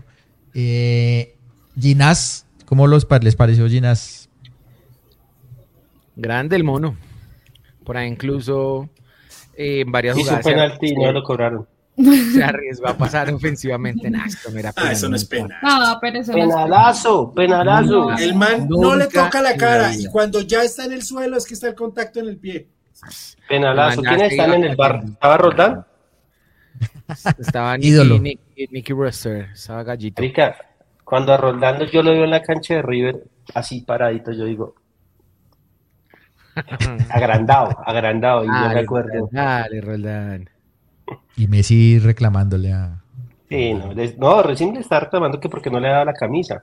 Ginás, ¿cómo les pareció Ginás? Grande el mono. Por ahí incluso en varias Hizo un jugadas penalti y no lo cobraron. se arriesgó a pasar ofensivamente. Nah, esto no era penal, eso no es nunca. pena. No, pero eso no es Penalazo, penalazo. No. El man no Nunca le toca la en cara la y vida. cuando ya está en el suelo es que está el contacto en el pie. Penalazo. Man, ya ¿Quiénes se están iba en el bar? cayendo. ¿Estaba Roldán? Estaba Ídolo. Nicky Ruster, estaba Gallito. Rica, cuando a Roldán yo lo veo en la cancha de River, así paradito, yo digo, agrandado, y yo me acuerdo. Dale, Roldán. Y Messi reclamándole a. Sí, no, recién le está reclamando que porque no le daba la camisa.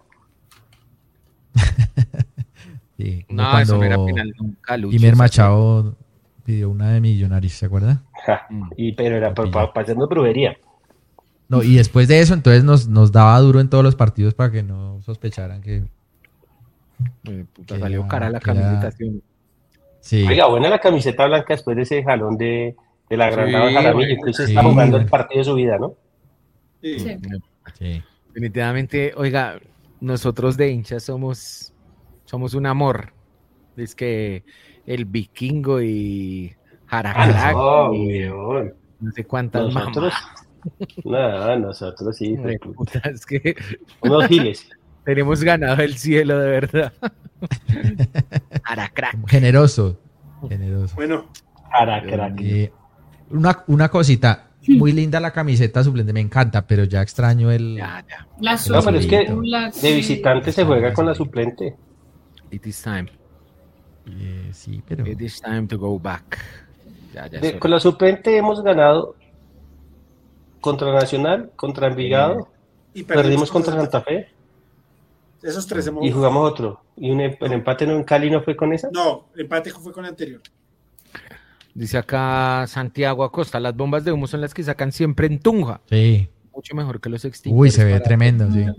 Sí, como No, eso no era cuando penal nunca, Lucho. Imer Machado pidió una de Millonarios, ¿se acuerda? Ja, pero era para hacernos brujería. No, y después de eso, entonces nos daba duro en todos los partidos para que no sospecharan que. Puta, que salió era- cara la que era- camiseta. Sí. Sí. Oiga, buena la camiseta blanca después de ese jalón del agrandado Sí, Jaramillo. bueno. Incluso Sí, está jugando el bueno. partido de su vida, ¿no? Sí. Sí. Sí. Definitivamente, oiga, nosotros de hinchas somos un amor. Es que el Vikingo y Jaracalac No, y weón. no sé cuántas Nosotros, mamás. no, nosotros sí, Hijo de puta, es que unos giles. tenemos ganado el cielo, de verdad. Jaracrac. Generoso. Bueno, Una cosita. Muy linda la camiseta suplente, me encanta, pero ya extraño el. Ya. La No, pero es que la- de visitante se juega con la suplente. It is time. Sí, pero. It is time to go back. Ya, Con la suplente hemos ganado contra Nacional, contra Envigado, Y perdimos contra Santa Fe Esos 3 hemos... y jugamos otro. ¿Y el empate en Cali no fue con esa? No, el empate fue con el anterior. Dice acá Santiago Acosta, las bombas de humo son las que sacan siempre en Tunja. Sí. Mucho mejor que los extintores. Uy, se ve tremendo, sí.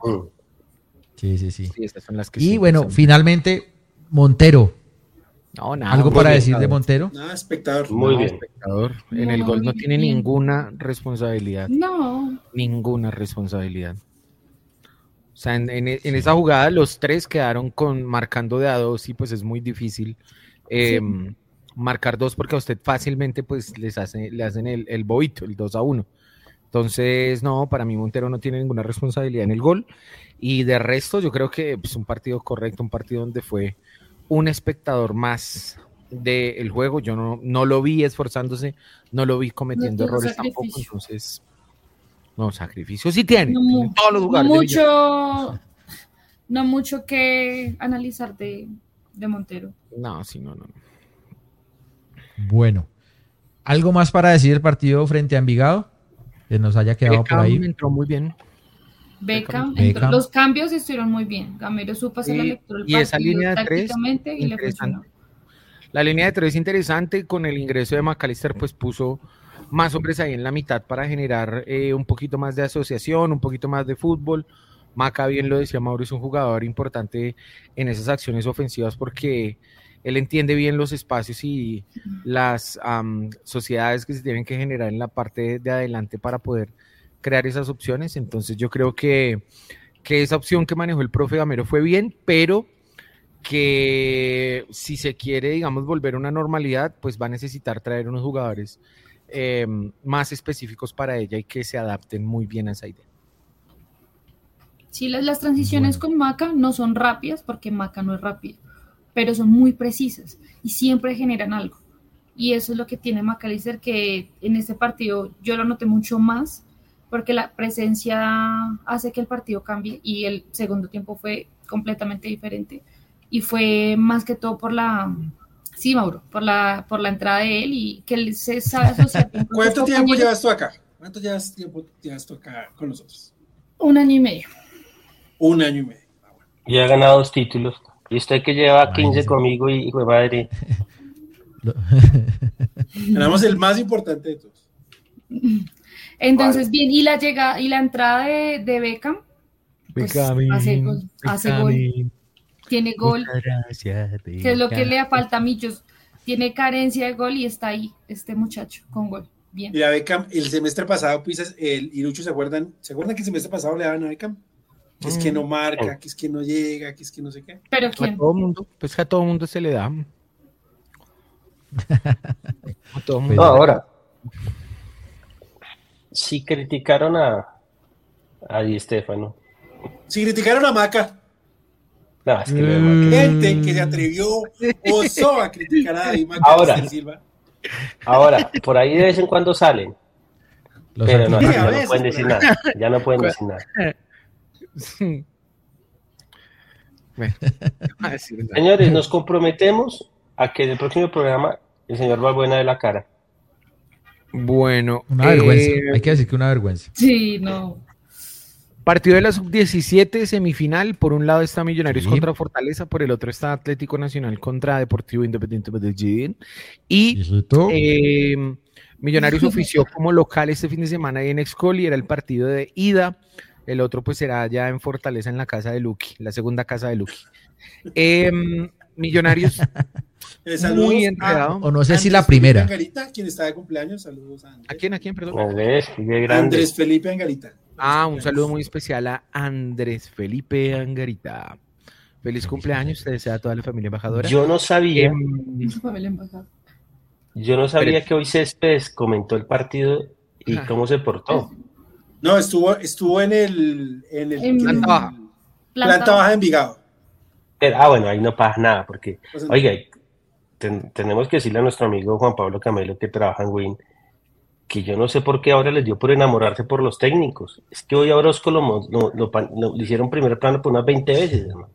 Sí. Sí, estas son las que Y sí, bueno, son... finalmente, Montero. No, nada, ¿Algo para bien, decir de Montero? Nada, espectador. Muy bien. Espectador. En el gol no tiene bien. ninguna responsabilidad. No. Ninguna responsabilidad. O sea, en esa jugada los 3 quedaron marcando de a 2 y pues es muy difícil marcar 2 porque a usted fácilmente pues le hacen el bobito, el 2-1. Entonces, no, para mí Montero no tiene ninguna responsabilidad en el gol. Y de resto yo creo que es pues, un partido correcto, un partido donde fue un espectador más del juego. Yo no lo vi esforzándose, no lo vi cometiendo errores tampoco. Entonces, no, sacrificio sí tiene. En todos los lugares. No mucho que analizar de Montero. No, sí, no. Bueno, ¿algo más para decir del partido frente a Envigado? Que nos haya quedado por ahí. Entró muy bien. Beckham. Los cambios estuvieron muy bien. Gamero supo hacer la lectura del partido. Y esa línea de 3, y le funcionó. La línea de 3 interesante, con el ingreso de McAllister, pues puso más hombres ahí en la mitad para generar un poquito más de asociación, un poquito más de fútbol. Maca, bien lo decía Mauro, es un jugador importante en esas acciones ofensivas porque él entiende bien los espacios y las sociedades que se tienen que generar en la parte de adelante para poder crear esas opciones. Entonces yo creo que esa opción que manejó el profe Gamero fue bien, pero que si se quiere, digamos, volver a una normalidad, pues va a necesitar traer unos jugadores más específicos para ella y que se adapten muy bien a esa idea. Sí, las transiciones con Maca no son rápidas, porque Maca no es rápido, pero son muy precisas y siempre generan algo. Y eso es lo que tiene McAllister, que en este partido yo lo noté mucho más, porque la presencia hace que el partido cambie y el segundo tiempo fue completamente diferente. Y fue más que todo por la... Sí, Mauro, por la entrada de él y que él se sabe asociar. ¿Cuánto tiempo llevas tú acá? ¿Cuánto tiempo llevas tú acá con nosotros? 1 año y medio. 1 año y medio. Ah, bueno. Ya ha ganado 2 títulos. Y usted que lleva 15 conmigo y hijo de madre. Ganamos el más importante de todos. Entonces, bien, y la llegada y la entrada de Beckham, pues, hace gol. Tiene gol, que es lo que le falta a Millos. Tiene carencia de gol y está ahí este muchacho con gol. Bien. Y a Beckham, el semestre pasado, pues, y Lucho, ¿se acuerdan que el semestre pasado le daban a Beckham? Que es que no marca, que es que no llega, que es que no sé qué. ¿Pero quién? A todo mundo, pues que a todo mundo se le da. A todo mundo. No, ahora. Sí criticaron a Di Stéfano. Si criticaron a Maca. No, es que gente que se atrevió, osó a criticar a David Maca. Ahora, por ahí de vez en cuando salen. Pero no, ya no pueden decir nada. Ya no pueden decir nada. Señores, nos comprometemos a que en el próximo programa el señor Valbuena dé la cara. Bueno, una vergüenza. Hay que decir que una vergüenza. Sí, no. Partido de la sub-17, semifinal. Por un lado está Millonarios contra Fortaleza, por el otro está Atlético Nacional contra Deportivo Independiente Medellín. Y Millonarios ofició como local este fin de semana ahí en Excoli, era el partido de ida. El otro pues será ya en Fortaleza, en la casa de Luqui, la segunda casa de Luqui. Millonarios muy enredado. O no sé si la primera. Angarita, quien está de cumpleaños, saludos a Andrés. ¿A quién, perdón? Andrés Felipe Angarita. Un saludo muy especial a Andrés Felipe Angarita. Feliz cumpleaños, te desea a toda la familia embajadora. Yo no sabía. Que hoy Céspedes comentó el partido y cómo se portó. No, estuvo en el planta baja. Planta baja de Envigado. Bueno, ahí no pasa nada, porque, oiga, tenemos que decirle a nuestro amigo Juan Pablo Camelo, que trabaja en Win, que yo no sé por qué ahora les dio por enamorarse por los técnicos. Es que hoy a Orozco lo hicieron primer plano por unas 20 veces, hermano.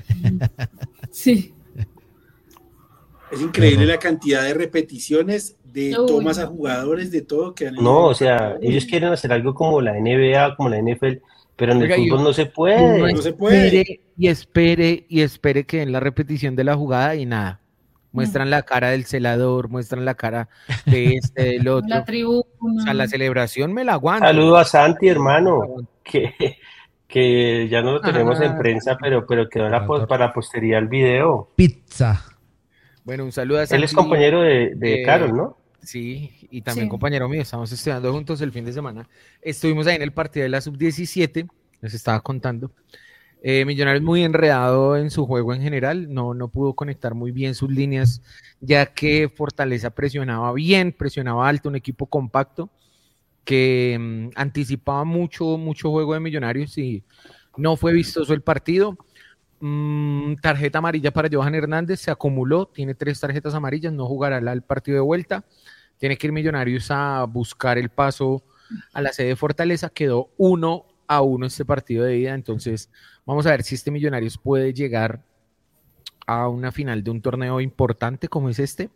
Sí. Es increíble la cantidad de repeticiones tomas a jugadores, de todo. No, o sea, ellos quieren hacer algo como la NBA, como la NFL, pero en el fútbol no se puede. No se puede. Espere que den la repetición de la jugada y nada. Muestran la cara del celador, muestran la cara de del otro. La tribuna. O sea, la celebración me la aguanto. Saludo a Santi, hermano, que ya no lo tenemos en prensa, pero quedó para postería el video. Pizza. Bueno, un saludo a Santi. Él es compañero de Carol, ¿no? Sí, y también compañero mío, estamos estudiando juntos el fin de semana. Estuvimos ahí en el partido de la Sub-17, les estaba contando. Millonarios muy enredado en su juego en general, no pudo conectar muy bien sus líneas, ya que Fortaleza presionaba bien, presionaba alto, un equipo compacto que anticipaba mucho juego de Millonarios y no fue vistoso el partido. Tarjeta amarilla para Johan Hernández, se acumuló, tiene 3 tarjetas amarillas, no jugará el partido de vuelta, tiene que ir Millonarios a buscar el paso a la sede de Fortaleza, quedó 1-1 este partido de ida, entonces vamos a ver si este Millonarios puede llegar a una final de un torneo importante como es este,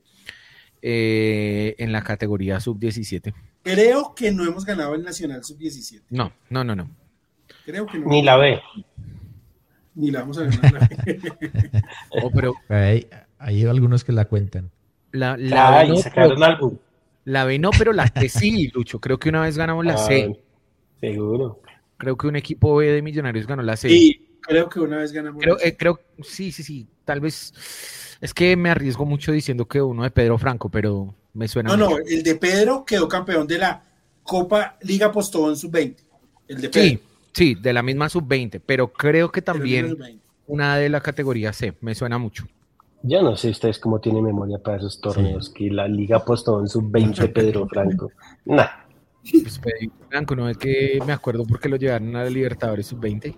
en la categoría Sub-17. Creo que no hemos ganado el Nacional Sub-17. No. Creo que no. Ni la B. Ni la vamos a ganar. Pero hay algunos que la cuentan. La B no, sacaron algo. La B no, pero la C sí, Lucho. Creo que una vez ganamos la C. Seguro. Creo que un equipo B de Millonarios ganó la C. Sí, creo que una vez ganamos la C. Sí. Tal vez. Es que me arriesgo mucho diciendo que uno de Pedro Franco, pero me suena. No, el de Pedro quedó campeón de la Copa Liga Postobón Sub-20. El de Pedro. Sí, de la misma Sub-20, pero creo que también una de la categoría C, me suena mucho. Yo no sé ustedes cómo tienen memoria para esos torneos, que la Liga Postobón Sub-20 Pedro Franco. Nah. Pues Pedro Franco, no es que me acuerdo porque lo llevaron a la Libertadores Sub-20.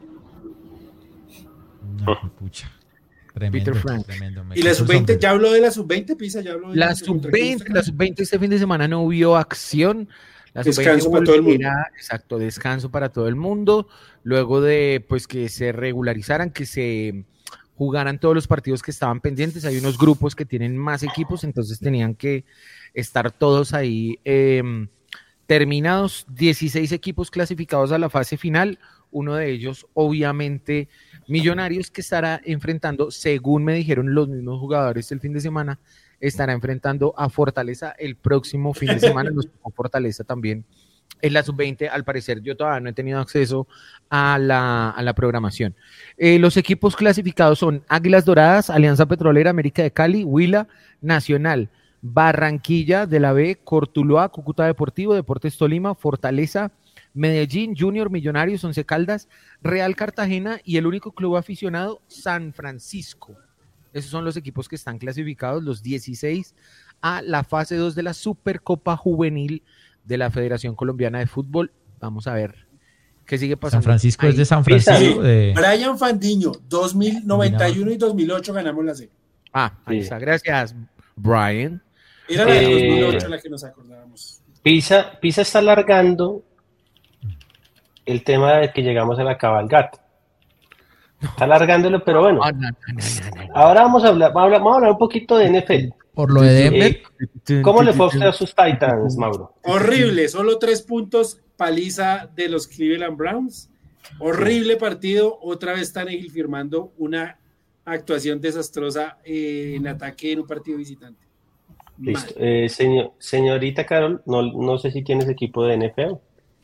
No, pucha. Tremendo, Peter Frank. Tremendo. ¿Y la Sub-20? ¿Ya habló de la Sub-20, Pisa? ¿Ya habló de la Sub-20 este fin de semana no hubo acción. La descanso para todo el mundo. Exacto, descanso para todo el mundo. Luego de pues que se regularizaran, que se jugaran todos los partidos que estaban pendientes. Hay unos grupos que tienen más equipos, entonces tenían que estar todos ahí terminados. 16 equipos clasificados a la fase final. Uno de ellos, obviamente, Millonarios, que estará enfrentando, según me dijeron los mismos jugadores el fin de semana, estará enfrentando a Fortaleza el próximo fin de semana. Nos tocó Fortaleza también en la Sub-20. Al parecer, yo todavía no he tenido acceso a la programación. Los equipos clasificados son Águilas Doradas, Alianza Petrolera, América de Cali, Huila, Nacional, Barranquilla de la B, Cortuluá, Cúcuta Deportivo, Deportes Tolima, Fortaleza, Medellín, Junior, Millonarios, Once Caldas, Real Cartagena y el único club aficionado, San Francisco. Esos son los equipos que están clasificados, los 16, a la fase 2 de la Supercopa Juvenil de la Federación Colombiana de Fútbol. Vamos a ver qué sigue pasando. San Francisco es de San Francisco. Brian Fandiño, 2091 y 2008 ganamos la C. Ahí está. Gracias, Brian. Era la de 2008 la que nos acordábamos. Pisa está alargando el tema de que llegamos a la cabalgata. Está alargándolo, pero bueno. Ahora vamos a hablar un poquito de NFL. Por lo de Denver. ¿Cómo le fue a usted a sus Titans, Mauro? Horrible, solo 3 puntos, paliza de los Cleveland Browns. Horrible partido, otra vez Tannehill firmando una actuación desastrosa en ataque en un partido visitante. Listo. Señorita Carol, no sé si tienes equipo de NFL.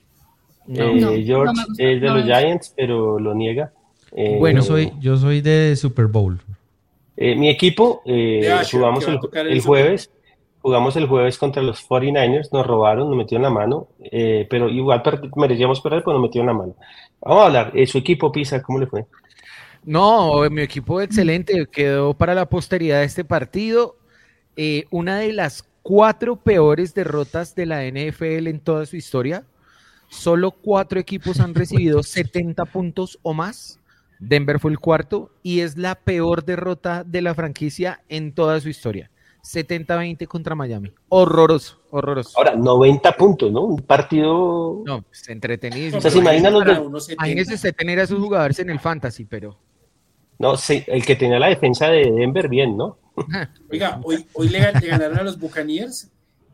George es de los Giants, pero lo niega. Bueno, yo soy de Super Bowl. Mi equipo, jugamos el jueves. Jugamos el jueves contra los 49ers, nos robaron, nos metieron la mano, pero igual merecíamos perder, pero nos metieron la mano. Vamos a hablar, su equipo, Pisa, ¿cómo le fue? No, mi equipo excelente, quedó para la posteridad de este partido. Una de las 4 peores derrotas de la NFL en toda su historia. Solo 4 equipos han recibido 70 puntos o más. Denver fue el cuarto y es la peor derrota de la franquicia en toda su historia. 70-20 contra Miami. Horroroso. Ahora, 90 puntos, ¿no? Un partido... No, pues entretenido. O sea, se imaginan imagínense tener a sus jugadores en el fantasy, pero... No, sí, el que tenía la defensa de Denver bien, ¿no? Oiga, hoy le ganaron a los Buccaneers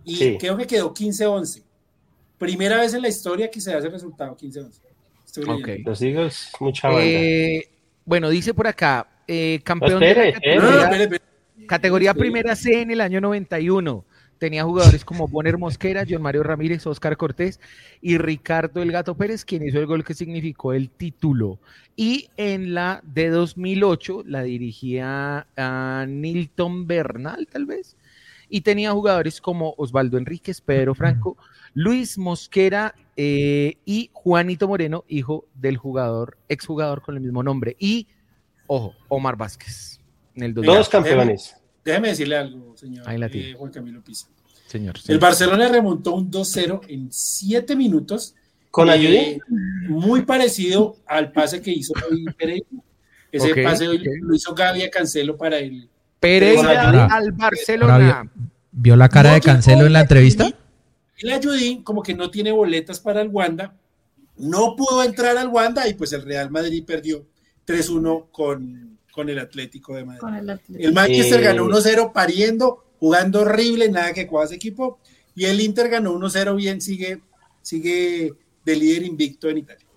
Y Sí. creo que quedó 15-11. Primera vez en la historia que se da ese resultado, 15-11. Estoy leyendo. Ok. Los Eagles, mucha banda. Bueno, dice por acá, campeón espere, de la espere. No, categoría, espere. categoría Espere. Primera C en el año 91. Tenía jugadores como Bonner Mosquera, John Mario Ramírez, Oscar Cortés y Ricardo El Gato Pérez, quien hizo el gol que significó el título. Y en la de 2008 la dirigía a Nilton Bernal, tal vez. Y tenía jugadores como Osvaldo Enríquez, Pedro Franco, Luis Mosquera y Juanito Moreno, hijo del exjugador con el mismo nombre. Y, ojo, Omar Vázquez. En el 2000. Todos campeones. Déjeme decirle algo, señor Ahí la tiene. Juan Camilo Pisa. Señor. El Barcelona remontó un 2-0 en 7 minutos. ¿Con Ayudín? Muy parecido al pase que hizo hoy Pereira. Ese Ok, pase hoy ok. lo hizo Gaby a Cancelo para el... Pereira Ahora- al Barcelona. Ahora ¿Vio la cara de Cancelo en la entrevista? El Ayudín, como que no tiene boletas para el Wanda, no pudo entrar al Wanda y pues el Real Madrid perdió 3-1 con el Atlético de Madrid. Con el Atlético. El Manchester ganó 1-0 pariendo, jugando horrible, nada que cuadra ese equipo. Y el Inter ganó 1-0 bien, sigue de líder invicto en Italia.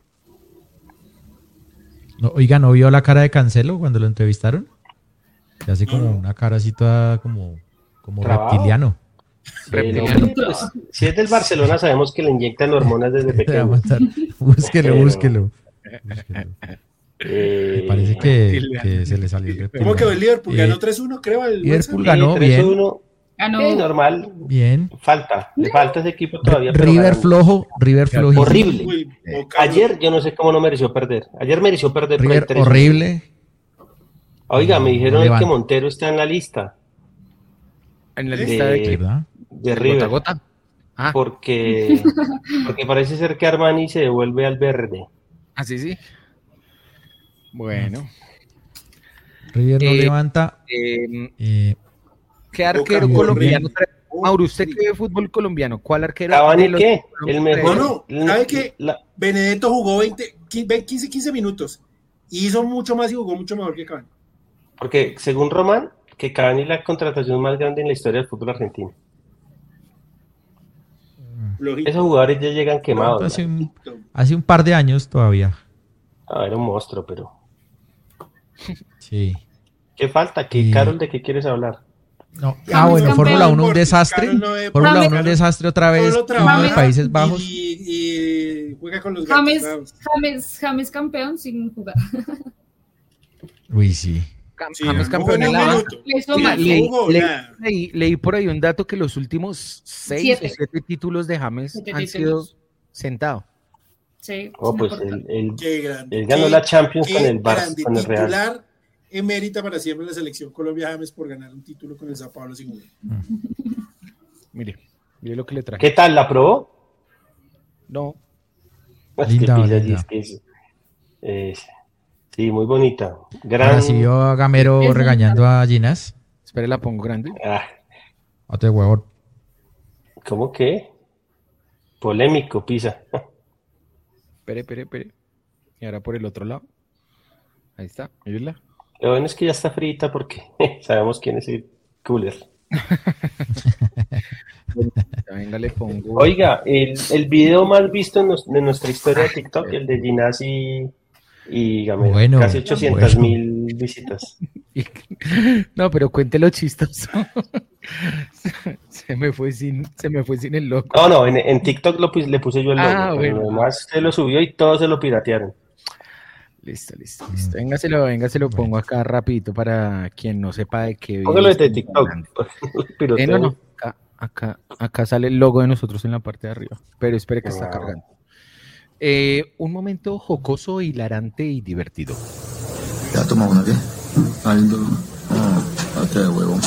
No, oiga, ¿no vio la cara de Cancelo cuando lo entrevistaron? Que hace como No. una cara así toda como ¿Trabado? reptiliano. Hombre, pues, si es del Barcelona, sabemos que le inyectan hormonas desde Te va a pequeño. matar. Búsquelo, Pero- búsquelo. Búsquelo. Me parece que se le salió el ¿Cómo reptiliano. quedó el Liverpool? Eh, Ganó 3-1, creo. El Liverpool Barça. ganó bien. 3-1, Ganó. normal. Bien. Le falta ese equipo todavía. pero River ganando. flojo, River flojísimo. Horrible. Uy, Boca, Ayer yo no sé cómo no mereció perder. Ayer mereció perder por el River 3-1. horrible. Oiga, me dijeron Levanta. que Montero está en la lista En la lista de quién? ¿Verdad? de ¿Del River. gota a gota? Ah, Porque parece ser que Armani se devuelve al verde. así sí. Bueno. River no Eh, levanta. ¿Qué arquero Boca, colombiano horrible. trae? Mauro, usted que ve fútbol colombiano, ¿cuál arquero? ¿Cavani de los qué? que El mejor. No, el- ¿sabe qué? la- Benedetto jugó 15 minutos. Y hizo mucho más y jugó mucho mejor que Cavani. Porque según Román, que Cavani es la contratación más grande en la historia del fútbol argentino. Lógico. Esos jugadores ya llegan quemados. Hace un par de años todavía. Era un monstruo, pero Sí. ¿qué falta? ¿Qué, Y- Carol, de qué quieres hablar? No. James Bueno, campeón, Fórmula 1 un porque desastre. Carol no es- Fórmula James- 1 un desastre otra vez. Solo Uno de trabaja Países Bajos. y juega con los gatos. James, bravos. James campeón sin jugar. Uy, sí. Sí, James no campeón jugó en ni la un banca. minuto. Le hizo Sí, mal. no jugó nada. Leí por ahí un dato que los últimos 6 7. o 7 títulos de James 7 han títulos. sido sentados. Sí, Oh, sí, pues no importa. Qué grande. él ganó Qué- la Champions qué con el Barça, grande. con el Real. Titular emérita para siempre en la selección Colombia James por ganar un título con el Sao Paulo sin jugar. Mire lo que le traje. ¿Qué tal? ¿La probó? No, Es Linda, que pilla, linda. es que sí, muy bonita. Gran. Ahora sí vio a Gamero Es regañando a Ginás. espere, la pongo grande. Ah, Otro huevón. ¿cómo que? Polémico, Pisa. Espere. Y ahora por el otro lado. Ahí está, mírenla. Lo bueno es que ya está frita porque sabemos quién es el cooler. Venga, le pongo. Oiga, el video más visto de nuestra historia de TikTok, el de Ginás y Gamero. Bueno, Casi 800,000 visitas. No, pero cuéntelo chistoso. se me fue sin el loco. No, en TikTok le puse yo el logo. Ah, pero bueno. además se lo subió y todos se lo piratearon. Listo. Venga, se lo pongo acá rapidito para quien no sepa de qué. Póngalo video desde estamos TikTok. hablando. Piroteo. No. Acá sale el logo de nosotros en la parte de arriba. Pero espere que está Wow. cargando. Un momento jocoso, hilarante y divertido. ¿Ya toma una qué? Lindo. Hasta de huevo.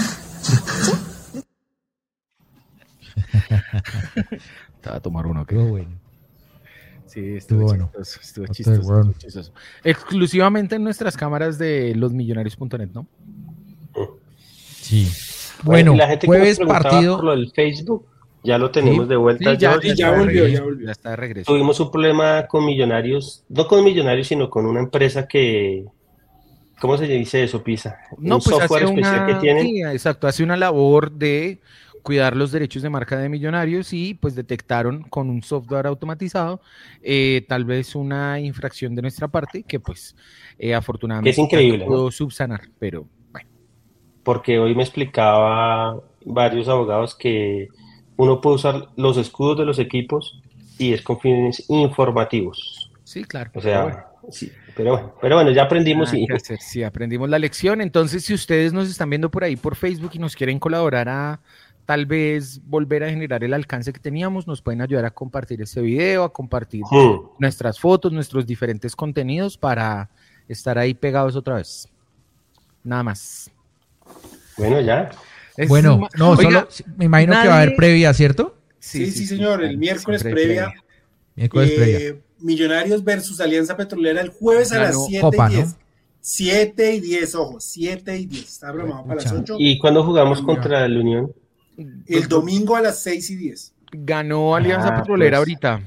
Te va a tomar uno, Estuvo bueno. Sí, Estuvo bueno. Estuvo Otro chistoso, de huevo. estuvo chistoso. Exclusivamente en nuestras cámaras de losmillonarios.net, ¿no? Sí. Bueno, y la gente que nos jueves preguntaba partido. por lo del Facebook, ya lo tenemos Sí. de vuelta. ya está de volvió, regreso, ya volvió. Ya está de regreso. Tuvimos un problema con Millonarios, no con Millonarios, sino con una empresa que, ¿cómo se dice eso, Pisa? No, Un pues software hace especial una, que tienen. sí, exacto, hace una labor de cuidar los derechos de marca de Millonarios y pues detectaron con un software automatizado tal vez una infracción de nuestra parte que pues afortunadamente que es increíble, pudo ¿no? subsanar, pero bueno. Porque hoy me explicaba varios abogados que uno puede usar los escudos de los equipos y es con fines informativos. Sí, claro. O sea, sí, pero bueno, ya aprendimos y... Sí, aprendimos la lección. Entonces, si ustedes nos están viendo por ahí por Facebook y nos quieren colaborar a tal vez volver a generar el alcance que teníamos, nos pueden ayudar a compartir este video, a compartir nuestras fotos, nuestros diferentes contenidos para estar ahí pegados otra vez. Nada más. Bueno, ya. Bueno, no, oiga, solo me imagino que va a haber previa, ¿cierto? Sí, señor, el miércoles previa. Miércoles previa. Millonarios versus Alianza Petrolera el jueves a las 7:10. ¿No? 7:10, ojo, 7:10. Está bromado para las 8. ¿Y cuándo jugamos contra el Unión? El domingo a las 6:10. Ganó Alianza Petrolera ahorita.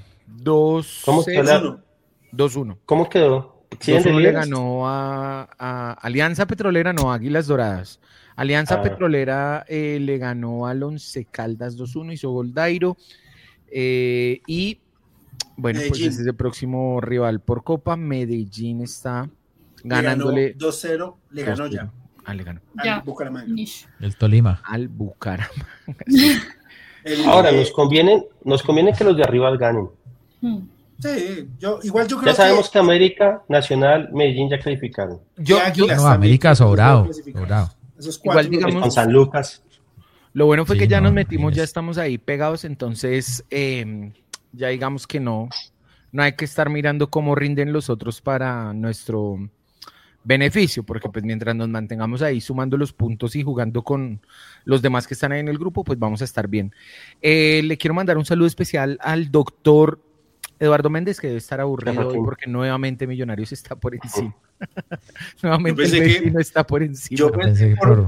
2-1. ¿Cómo quedó? 2-1 le ganó a Alianza Petrolera, no, Águilas Doradas. Alianza Petrolera le ganó al Once Caldas 2-1, hizo gol Dairo. Y bueno, Medellín. Pues ese es el próximo rival por Copa. Medellín está ganándole. 2-0, le ganó ya. Le ganó. Al Bucaramanga. El Tolima. Al Bucaramanga. Ahora, nos conviene que los de arriba ganen. Sí, yo creo ya sabemos que América, Nacional, Medellín ya calificaron. No, América sobrado. Igual digamos, con San Lucas. Lo bueno fue que ya nos metimos, ya estamos ahí pegados, entonces ya digamos que no hay que estar mirando cómo rinden los otros para nuestro beneficio, porque pues mientras nos mantengamos ahí sumando los puntos y jugando con los demás que están ahí en el grupo, pues vamos a estar bien. Le quiero mandar un saludo especial al doctor Eduardo Méndez, que debe estar aburrido hoy porque nuevamente Millonarios está por encima. Nuevamente el vecino está por encima. Yo pensé que No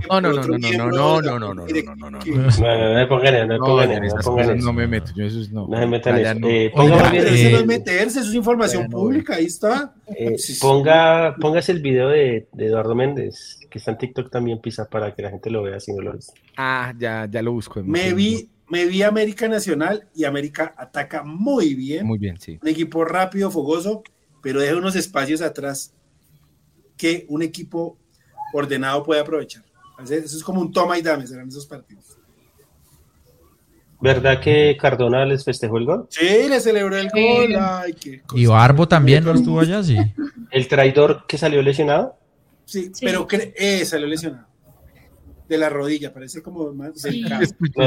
me meto, yo eso no. No se metan eso. Eso no es meterse, eso es información pública, ahí está. Póngase el video de Eduardo Méndez, que está en TikTok también, Pisa, para que la gente lo vea si no lo ves. Ya lo busco. Me vi América Nacional y América ataca muy bien. Muy bien, sí. Un equipo rápido, fogoso, pero deja unos espacios atrás que un equipo ordenado puede aprovechar. Eso es como un toma y dame, serán esos partidos. ¿Verdad que Cardona les festejó el gol? Sí, le celebró el gol. Ay, qué cosa. Y Barbo también no estuvo allá, sí. ¿El traidor que salió lesionado? Sí. Pero salió lesionado. De la rodilla, parece como más delicado.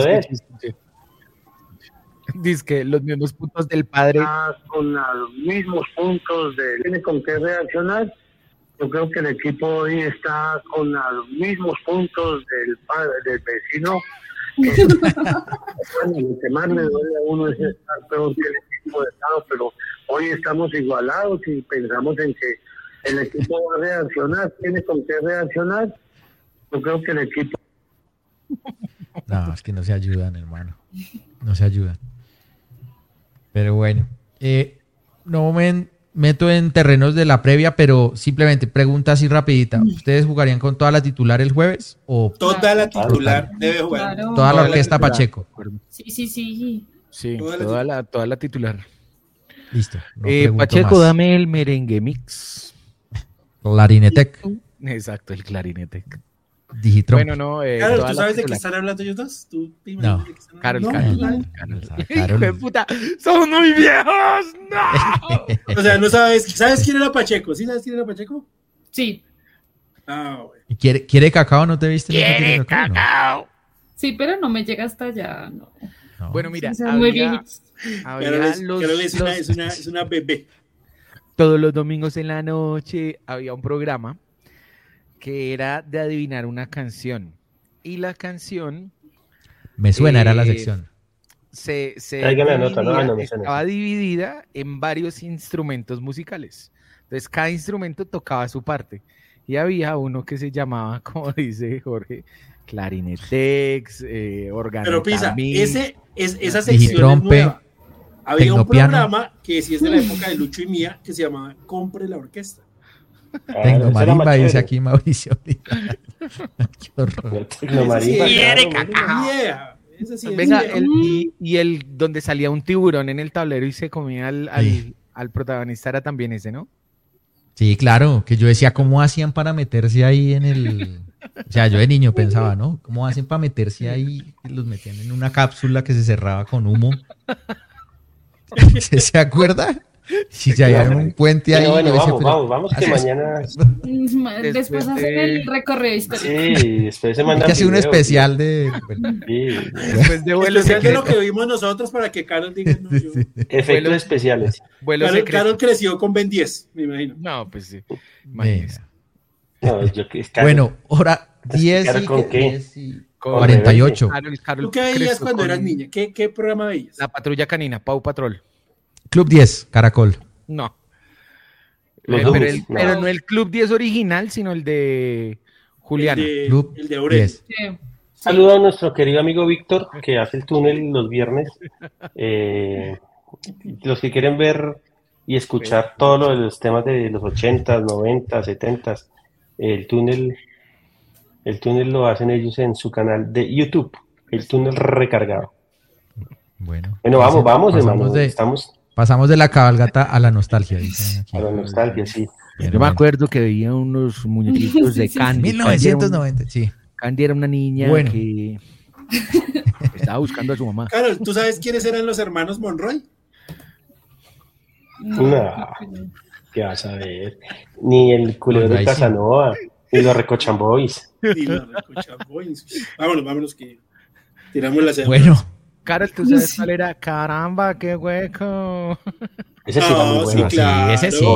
Dice que los mismos puntos del padre. Con los mismos puntos tiene con qué reaccionar. Yo creo que el equipo hoy está con los mismos puntos del padre, del vecino. Lo que más le duele a uno es estar peor que el equipo de Estado, pero hoy estamos igualados y pensamos en que el equipo va a reaccionar, tiene con qué reaccionar. Yo creo que el equipo... No, es que no se ayudan, hermano. No se ayudan. Pero bueno, no me meto en terrenos de la previa, pero simplemente pregunta así rapidita. ¿Ustedes jugarían con toda la titular el jueves? O toda la titular debe jugar. Claro. Toda la orquesta Pacheco. Sí. Sí, toda la titular. Listo. Pacheco, más. dame el merengue mix. Clarinetec. Exacto, el clarinetec. Digitron. Bueno, no. Carol, ¿tú sabes de qué están hablando ellos dos? ¿Tú no. Carol. Hijo de puta, somos muy viejos. ¡No! O sea, no sabes. ¿Sabes quién era Pacheco? ¿Sí sabes quién era Pacheco? Sí. Bueno. ¿Y quiere cacao? ¿No te viste? ¿Quiere cacao? No. Sí, pero no me llega hasta allá. No. Bueno, mira. Sí, muy viejitos. Carol es una bebé. Todos los domingos en la noche había un programa que era de adivinar una canción. Y la canción... Me suena, era la sección. Estaba dividida en varios instrumentos musicales. Entonces, cada instrumento tocaba su parte. Y había uno que se llamaba, como dice Jorge, clarinetex, órgano. Pero Pisa, esa sección es nueva. Había un programa que sí es de la época de Lucho y Mía que se llamaba Compre la Orquesta. Tengo marimba, dice aquí Mauricio. Qué horror. Quiere cacao. Ese sí es Venga, viejo. el donde salía un tiburón en el tablero y se comía al protagonista era también ese, ¿no? Sí, claro, que yo decía, ¿cómo hacían para meterse ahí en el... O sea, yo de niño pensaba, ¿no? ¿Cómo hacen para meterse ahí? Los metían en una cápsula que se cerraba con humo. ¿Se acuerda? Si se había un puente ahí. Bueno, yo decía, vamos, que mañana... Después hacen el recorrido histórico. Sí, después se Hay mandan que hacer un videos, especial de... bueno, Sí, Después de vuelo Especial de lo secreto. que vimos nosotros para que Carol diga, no, yo. efectos especiales. Vuelo Carol, secreto. Carol creció con Ben 10, me imagino. No, pues sí. Imagínese. No, yo que bueno, hora 10 ¿Claro y, con qué? 10 y Con 48. Carol ¿Tú qué veías creció cuando con eras niña? ¿Qué programa veías? La Patrulla Canina, Pau Patrol. Club 10, Caracol. No. Los Pero, Dummies, no. pero no el Club 10 original, sino el de Juliana. Club El de Aurelio. 10. Sí. Saludo a nuestro querido amigo Víctor, que hace el túnel los viernes. Los que quieren ver y escuchar todo lo de los temas de los 80s, 90s, 70s, el túnel lo hacen ellos en su canal de YouTube, el túnel recargado. Bueno, Bueno, vamos, hermano. pasamos pasamos de la cabalgata a la nostalgia. Dicen aquí. A la nostalgia, sí. Pero Yo me bueno. acuerdo que veía unos muñequitos de Candy. 1990, sí. Candy era una niña Bueno. que estaba buscando a su mamá. Carol, ¿tú sabes quiénes eran los hermanos Monroy? No, ¿qué vas a ver? Ni el culebro de Ahí sí. Casanova, ni los Recochan Boys. Y los Recocha Boys. Vámonos que tiramos la cédula. Bueno, Carol, ¿tú sabes cuál era? Caramba, qué hueco. Ese sí era muy No, sí, bueno. claro. ese sí.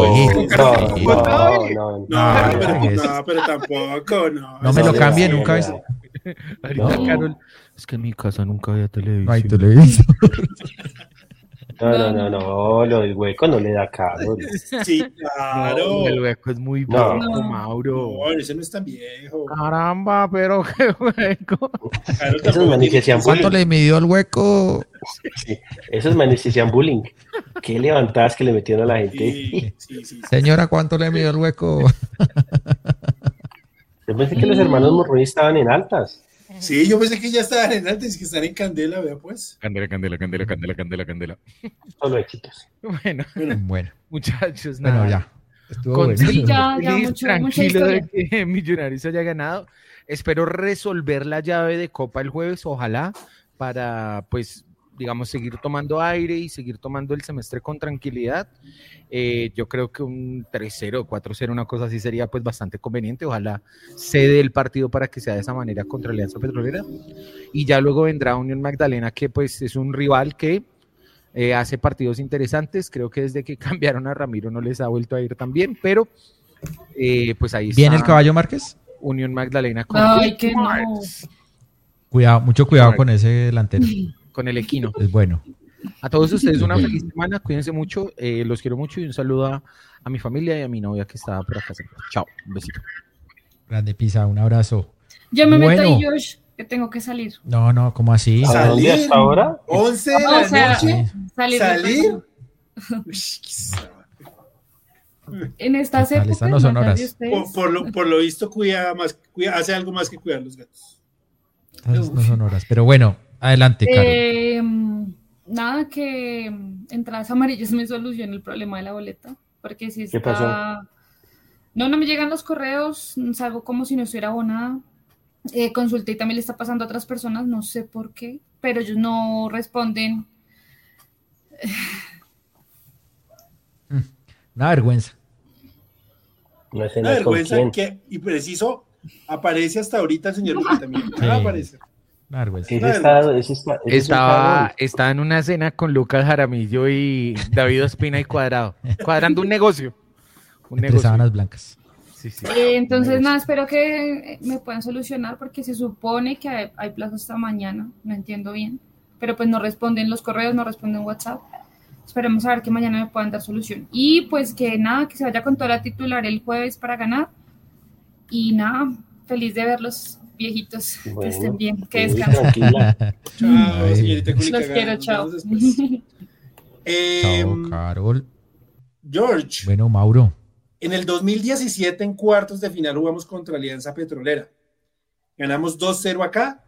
No, pero tampoco, no. no me lo No, cambie no, nunca. no. Ahorita No. Carol, es que en mi casa nunca había televisión. Ay, televisor. No, lo del hueco no le da caro. Sí, No, claro. el hueco es muy No. viejo, Mauro. No, ese no es tan viejo. Caramba, pero qué hueco. Carol Esos tampoco manes que tiene hacían ¿Cuánto bullying. le midió el hueco? Sí, esos manes que hacían bullying. Qué levantadas que le metieron a la gente. Sí. Señora, ¿cuánto le midió el hueco? Yo pensé que los hermanos Monroy estaban en altas. Sí, yo pensé que ya estaban en antes, que están en Candela, vea pues. Candela. Solo éxitos. Bueno, Bueno, muchachos, bueno, nada. ya. Estuvo Con bueno. Sí, ya, feliz, mucha tranquilo de historia. que Millonarios haya ganado. Espero resolver la llave de Copa el jueves, ojalá, para, pues, digamos, seguir tomando aire y seguir tomando el semestre con tranquilidad. Yo creo que un 3-0, 4-0, una cosa así sería pues bastante conveniente. Ojalá se dé el partido para que sea de esa manera contra Alianza Petrolera. Y ya luego vendrá Unión Magdalena, que pues es un rival que hace partidos interesantes. Creo que desde que cambiaron a Ramiro no les ha vuelto a ir tan bien, pero pues ahí ¿Bien está el Caballo Márquez? Unión Magdalena con, Ay, que no. Cuidado, mucho cuidado con ese delantero. con el Equino. Es bueno. A todos ustedes una feliz semana, cuídense mucho, los quiero mucho y un saludo a mi familia y a mi novia que está por acá. Chao, un besito. Grande Pisa, un abrazo. Yo me meto Bueno. ahí, Josh, que tengo que salir. No, ¿cómo así? ¿A dónde hasta ahora? 11 de O la sea, noche. salir. ¿Salir? En estas ¿Qué tal? épocas, Estas no son más horas. de ustedes. Por lo visto, hace algo más que cuidar los gatos. Esas no son horas. Pero bueno, adelante, Carol. Nada, que entradas amarillas me soluciona el problema de la boleta, porque si ¿Qué está... pasó? No me llegan los correos, salgo como si no estuviera abonada. Consulté y también le está pasando a otras personas, no sé por qué, pero ellos no responden. Una vergüenza. No Una escenas con vergüenza quién. que, y preciso, aparece hasta ahorita el señor Luque también. Sí. Aparece. Una vergüenza. Estaba en una cena con Lucas Jaramillo y David Ospina y Cuadrado, cuadrando un negocio. Entre sábanas blancas. Sí. Entonces, nada, espero que me puedan solucionar porque se supone que hay plazo hasta mañana, no entiendo bien, pero pues no responden los correos, no responden WhatsApp. Esperemos a ver que mañana me puedan dar solución. Y pues que nada, que se vaya con toda la titular el jueves para ganar. Y nada, feliz de verlos viejitos, que Bueno, estén bien, que sí, descansen. tranquila. Chao, Ay. señorita Culica. Los quiero, chao. Nos vemos después. Chao, Carol. George, Bueno, Mauro. en el 2017 en cuartos de final jugamos contra Alianza Petrolera. Ganamos 2-0 acá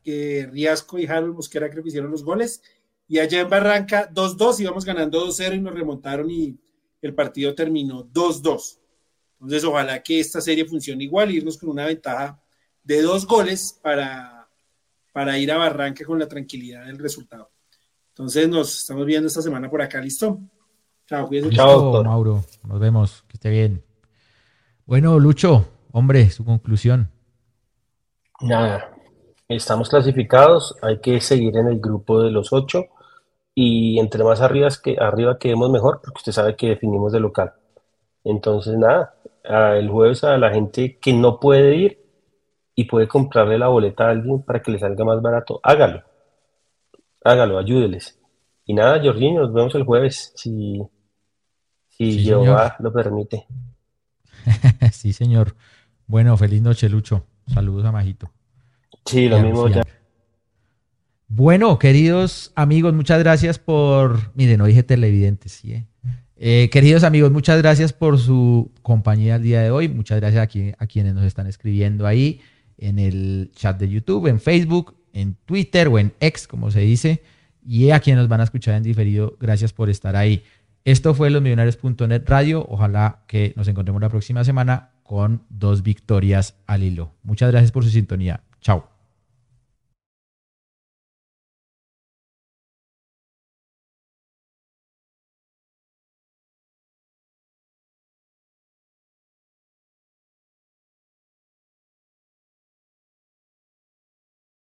que Riasco y Harold Mosquera creo que hicieron los goles, y allá en Barranca 2-2, íbamos ganando 2-0 y nos remontaron y el partido terminó 2-2. Entonces ojalá que esta serie funcione igual, irnos con una ventaja de 2 goles para ir a Barranca con la tranquilidad del resultado. Entonces nos estamos viendo esta semana por acá, ¿listo? Chao, cuídense. Chao, Mauro, nos vemos, que esté bien. Bueno, Lucho, hombre, su conclusión. Nada, estamos clasificados, hay que seguir en el grupo de los 8 y entre más arriba quedemos mejor, porque usted sabe que definimos de local. Entonces nada, el jueves a la gente que no puede ir y puede comprarle la boleta a alguien para que le salga más barato, hágalo, ayúdeles. Y nada, Jorginho, nos vemos el jueves, si Jehová lo permite. Sí, señor. Bueno, feliz noche, Lucho. Saludos a Majito. Sí, lo mismo ya. Bueno, queridos amigos, muchas gracias por... Miren, no dije televidentes, ¿sí? Queridos amigos, muchas gracias por su compañía el día de hoy. Muchas gracias a quienes nos están escribiendo ahí en el chat de YouTube, en Facebook, en Twitter o en X, como se dice. Y a quienes nos van a escuchar en diferido, gracias por estar ahí. Esto fue losmillonarios.net Radio. Ojalá que nos encontremos la próxima semana con 2 victorias al hilo. Muchas gracias por su sintonía. Chao.